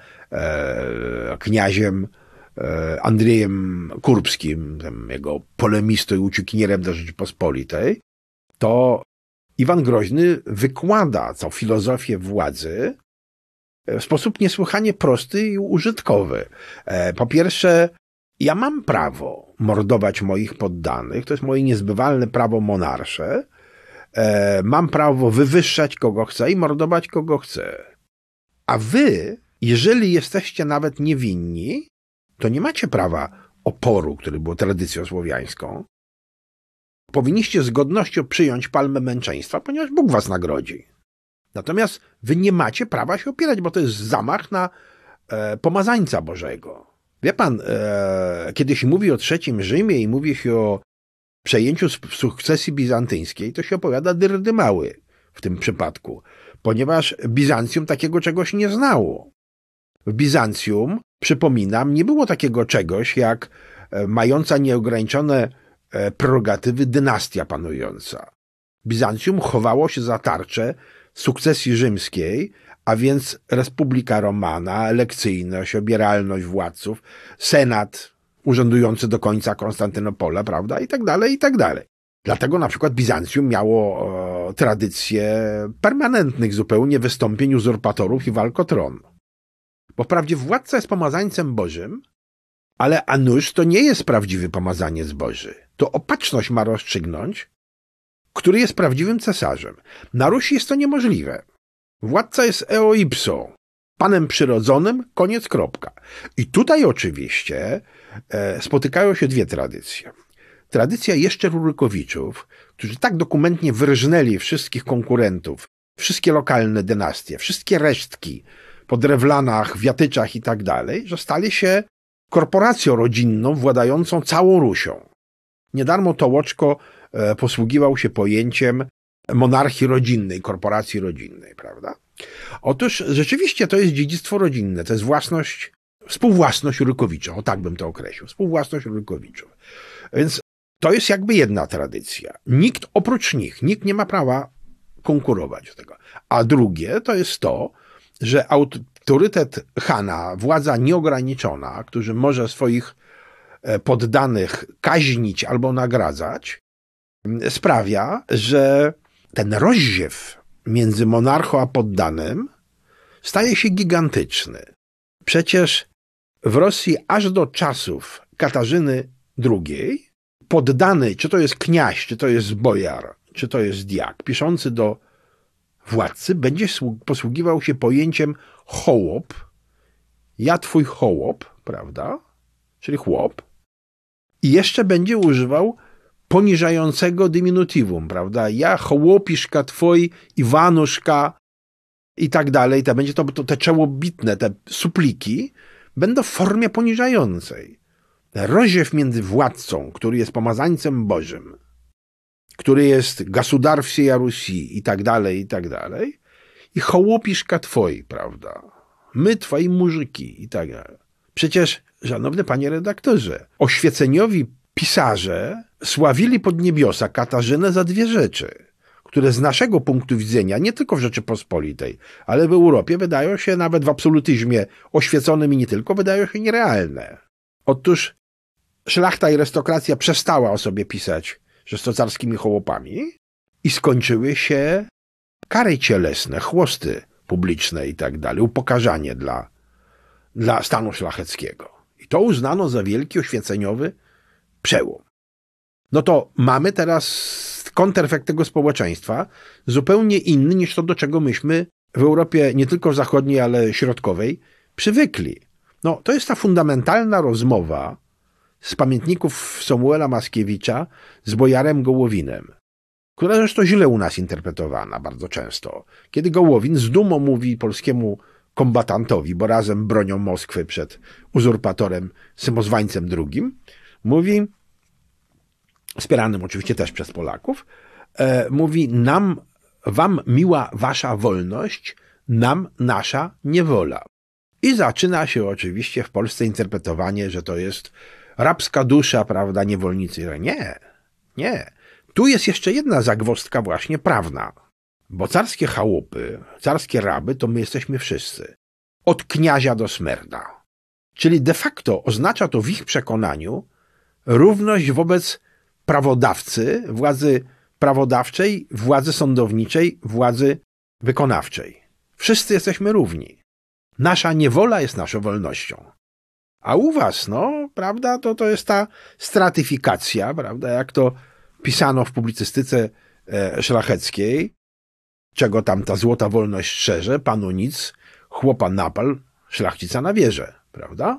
kniaziem Andrzejem Kurbskim, tym jego polemistą i uciekinierem do Rzeczypospolitej, to Iwan Groźny wykłada całą filozofię władzy w sposób niesłychanie prosty i użytkowy. Po pierwsze, ja mam prawo mordować moich poddanych, to jest moje niezbywalne prawo monarsze. Mam prawo wywyższać kogo chcę i mordować kogo chcę. A wy, jeżeli jesteście nawet niewinni, to nie macie prawa oporu, który był tradycją słowiańską. Powinniście z godnością przyjąć palmę męczeństwa, ponieważ Bóg was nagrodzi. Natomiast wy nie macie prawa się opierać, bo to jest zamach na pomazańca Bożego. Wie pan, kiedy się mówi o III Rzymie i mówi się o przejęciu sukcesji bizantyjskiej, to się opowiada dyrdymały w tym przypadku, ponieważ Bizancjum takiego czegoś nie znało. W Bizancjum, przypominam, nie było takiego czegoś jak mająca nieograniczone prerogatywy dynastia panująca. Bizancjum chowało się za tarczę sukcesji rzymskiej, a więc Republika Romana, elekcyjność, obieralność władców, senat urzędujący do końca Konstantynopola, prawda, i tak dalej, i tak dalej. Dlatego na przykład Bizancjum miało tradycję permanentnych zupełnie wystąpień uzurpatorów i walk o tron. Bo wprawdzie władca jest pomazańcem Bożym, ale a nuż to nie jest prawdziwy pomazaniec Boży. To opatrzność ma rozstrzygnąć, który jest prawdziwym cesarzem. Na Rusi jest to niemożliwe. Władca jest eo ipso, panem przyrodzonym, koniec, kropka. I tutaj oczywiście spotykają się dwie tradycje. Tradycja jeszcze Rurykowiczów, którzy tak dokumentnie wyrżnęli wszystkich konkurentów, wszystkie lokalne dynastie, wszystkie resztki po Drewlanach, Wiatyczach i tak dalej, że stali się korporacją rodzinną władającą całą Rusią. Niedarmo Tołoczko posługiwał się pojęciem monarchii rodzinnej, korporacji rodzinnej, prawda? Otóż rzeczywiście to jest dziedzictwo rodzinne, to jest współwłasność Rurykowiczów, o tak bym to określił, współwłasność Rurykowiczów. Więc to jest jakby jedna tradycja. Nikt oprócz nich, nikt nie ma prawa konkurować do tego. A drugie to jest to, że autorytet Hana, władza nieograniczona, który może swoich poddanych kaźnić albo nagradzać, sprawia, że ten rozdziew między monarchą a poddanym staje się gigantyczny. Przecież w Rosji aż do czasów Katarzyny II poddany, czy to jest kniaź, czy to jest bojar, czy to jest diak, piszący do władcy, będzie posługiwał się pojęciem hołop, ja twój hołop, prawda, czyli chłop, i jeszcze będzie używał poniżającego diminutywum, prawda, ja hołopiszka twoj, Iwanuszka i tak dalej, to będzie to te czołobitne, te supliki będą w formie poniżającej. Rozdziew między władcą, który jest pomazańcem Bożym, który jest gasuдар всея Руси i tak dalej, i hołopiszka twoi, prawda? My, twoi mużyki i tak dalej. Przecież, szanowny panie redaktorze, oświeceniowi pisarze sławili pod niebiosa Katarzynę za dwie rzeczy, które z naszego punktu widzenia, nie tylko w Rzeczypospolitej, ale w Europie wydają się, nawet w absolutyzmie oświeconym i nie tylko, wydają się nierealne. Otóż szlachta i arystokracja przestała o sobie pisać, że są carskimi hołopami i skończyły się kary cielesne, chłosty publiczne i tak dalej, upokarzanie dla stanu szlacheckiego. I to uznano za wielki oświeceniowy przełom. No to mamy teraz kontrefekt tego społeczeństwa zupełnie inny niż to, do czego myśmy w Europie nie tylko zachodniej, ale środkowej przywykli. No, to jest ta fundamentalna rozmowa z pamiętników Samuela Mackiewicza z bojarem Gołowinem, która zresztą źle u nas interpretowana bardzo często. Kiedy Gołowin z dumą mówi polskiemu kombatantowi, bo razem bronią Moskwy przed uzurpatorem Samozwańcem II, mówi, wspieranym oczywiście też przez Polaków, mówi, wam miła wasza wolność, nam nasza niewola. I zaczyna się oczywiście w Polsce interpretowanie, że to jest rabska dusza, prawda, niewolnicy. Nie. Tu jest jeszcze jedna zagwozdka właśnie prawna. Bo carskie chałupy, carskie raby to my jesteśmy wszyscy. Od kniazia do smerda. Czyli de facto oznacza to w ich przekonaniu równość wobec prawodawcy, władzy prawodawczej, władzy sądowniczej, władzy wykonawczej. Wszyscy jesteśmy równi. Nasza niewola jest naszą wolnością. A u was, no, prawda, to jest ta stratyfikacja, prawda, jak to pisano w publicystyce szlacheckiej, czego tam ta złota wolność szczerze, panu nic, chłopa napal, szlachcica na wierzę, prawda?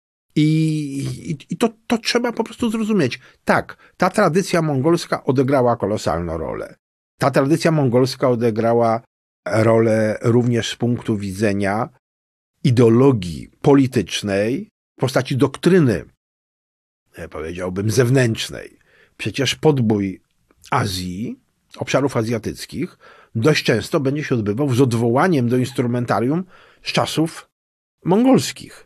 I to trzeba po prostu zrozumieć. Tak, ta tradycja mongolska odegrała kolosalną rolę. Ta tradycja mongolska odegrała rolę również z punktu widzenia ideologii politycznej w postaci doktryny, powiedziałbym, zewnętrznej. Przecież podbój Azji, obszarów azjatyckich, dość często będzie się odbywał z odwołaniem do instrumentarium z czasów mongolskich.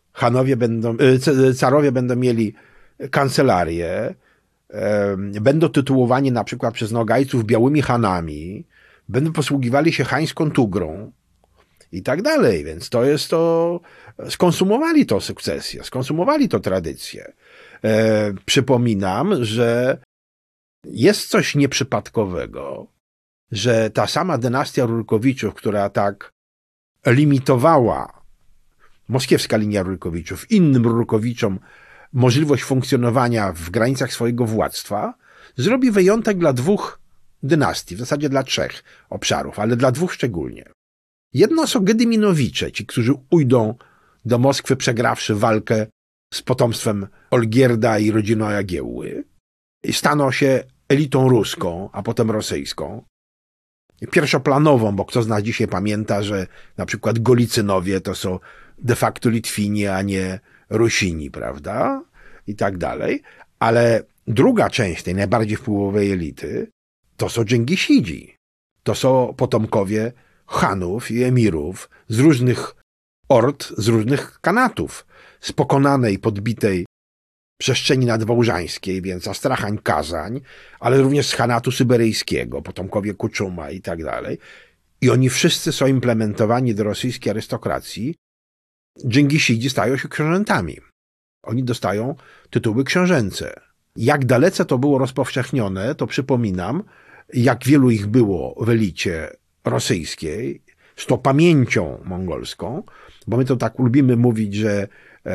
Carowie będą mieli kancelarię, będą tytułowani na przykład przez Nogajców białymi Hanami, będą posługiwali się chańską tugrą i tak dalej. Więc to jest to, skonsumowali to sukcesję, skonsumowali to tradycję. Przypominam, że jest coś nieprzypadkowego, że ta sama dynastia Rurykowiczów, która tak limitowała, moskiewska linia Rurykowiczów, innym Rurykowiczom możliwość funkcjonowania w granicach swojego władztwa, zrobi wyjątek dla dwóch dynastii, w zasadzie dla 3 obszarów, ale dla 2 szczególnie. Jedno są Gedyminowicze, ci, którzy ujdą do Moskwy, przegrawszy walkę z potomstwem Olgierda i rodziną Jagiełły. I staną się elitą ruską, a potem rosyjską. Pierwszoplanową, bo kto z nas dzisiaj pamięta, że na przykład Golicynowie to są de facto Litwini, a nie Rusini, prawda? I tak dalej. Ale druga część tej najbardziej wpływowej elity to są Dżengisidzi. To są potomkowie Hanów i emirów z różnych ord, z różnych kanatów, z pokonanej, podbitej przestrzeni nadwołżańskiej, więc Astrachań, Kazań, ale również z Hanatu syberyjskiego, potomkowie Kuczuma i tak dalej. I oni wszyscy są implementowani do rosyjskiej arystokracji. Dżengisidzi stają się książętami. Oni dostają tytuły książęce. Jak dalece to było rozpowszechnione, to przypominam, jak wielu ich było w elicie rosyjskiej, z tą pamięcią mongolską, bo my to tak lubimy mówić, że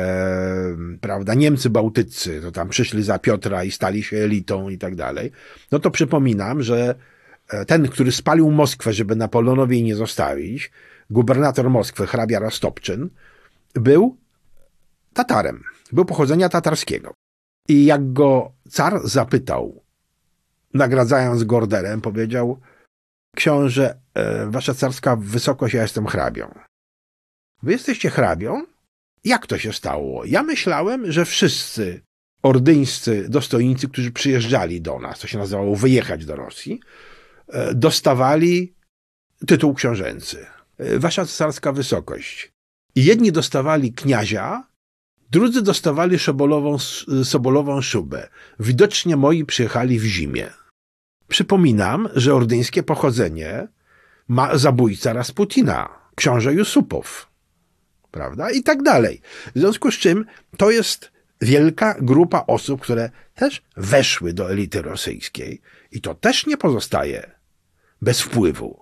prawda, Niemcy bałtyccy to tam przyszli za Piotra i stali się elitą i tak dalej. No to przypominam, że ten, który spalił Moskwę, żeby Napoleonowi jej nie zostawić, gubernator Moskwy, hrabia Rostopczyn, był Tatarem, był pochodzenia tatarskiego. I jak go car zapytał, nagradzając go orderem, powiedział: książę, wasza carska wysokość, ja jestem hrabią. Wy jesteście hrabią? Jak to się stało? Ja myślałem, że wszyscy ordyńscy dostojnicy, którzy przyjeżdżali do nas, to się nazywało wyjechać do Rosji, dostawali tytuł książęcy. Wasza carska wysokość. I jedni dostawali kniazia, drudzy dostawali sobolową szubę. Widocznie moi przyjechali w zimie. Przypominam, że ordyńskie pochodzenie ma zabójca Rasputina, książę Jusupow, prawda? I tak dalej. W związku z czym to jest wielka grupa osób, które też weszły do elity rosyjskiej i to też nie pozostaje bez wpływu.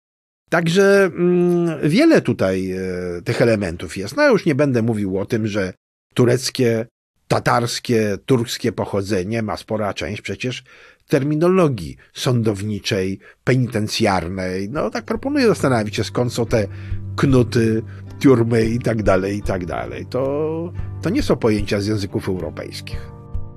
Także wiele tutaj tych elementów jest. No ja już nie będę mówił o tym, że tureckie, tatarskie, turkskie pochodzenie ma spora część przecież terminologii sądowniczej, penitencjarnej. No tak proponuję zastanowić się, skąd są te knuty, tiurmy i tak dalej, i tak dalej. To nie są pojęcia z języków europejskich.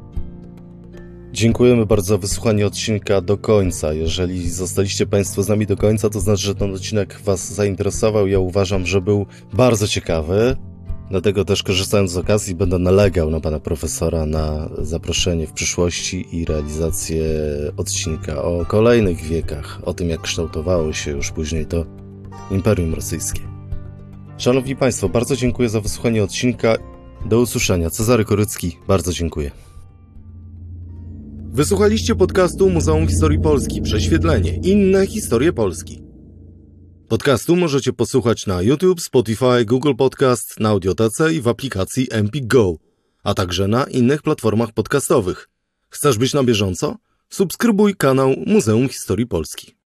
Dziękujemy bardzo za wysłuchanie odcinka do końca. Jeżeli zostaliście Państwo z nami do końca, to znaczy, że ten odcinek Was zainteresował. Ja uważam, że był bardzo ciekawy. Dlatego też, korzystając z okazji, będę nalegał na pana profesora na zaproszenie w przyszłości i realizację odcinka o kolejnych wiekach, o tym, jak kształtowało się już później to Imperium Rosyjskie. Szanowni Państwo, bardzo dziękuję za wysłuchanie odcinka. Do usłyszenia. Cezary Korycki, bardzo dziękuję. Wysłuchaliście podcastu Muzeum Historii Polski Prześwietlenie. Inne historie Polski. Podcastu możecie posłuchać na YouTube, Spotify, Google Podcast, na Audiotece i w aplikacji Empik Go, a także na innych platformach podcastowych. Chcesz być na bieżąco? Subskrybuj kanał Muzeum Historii Polski.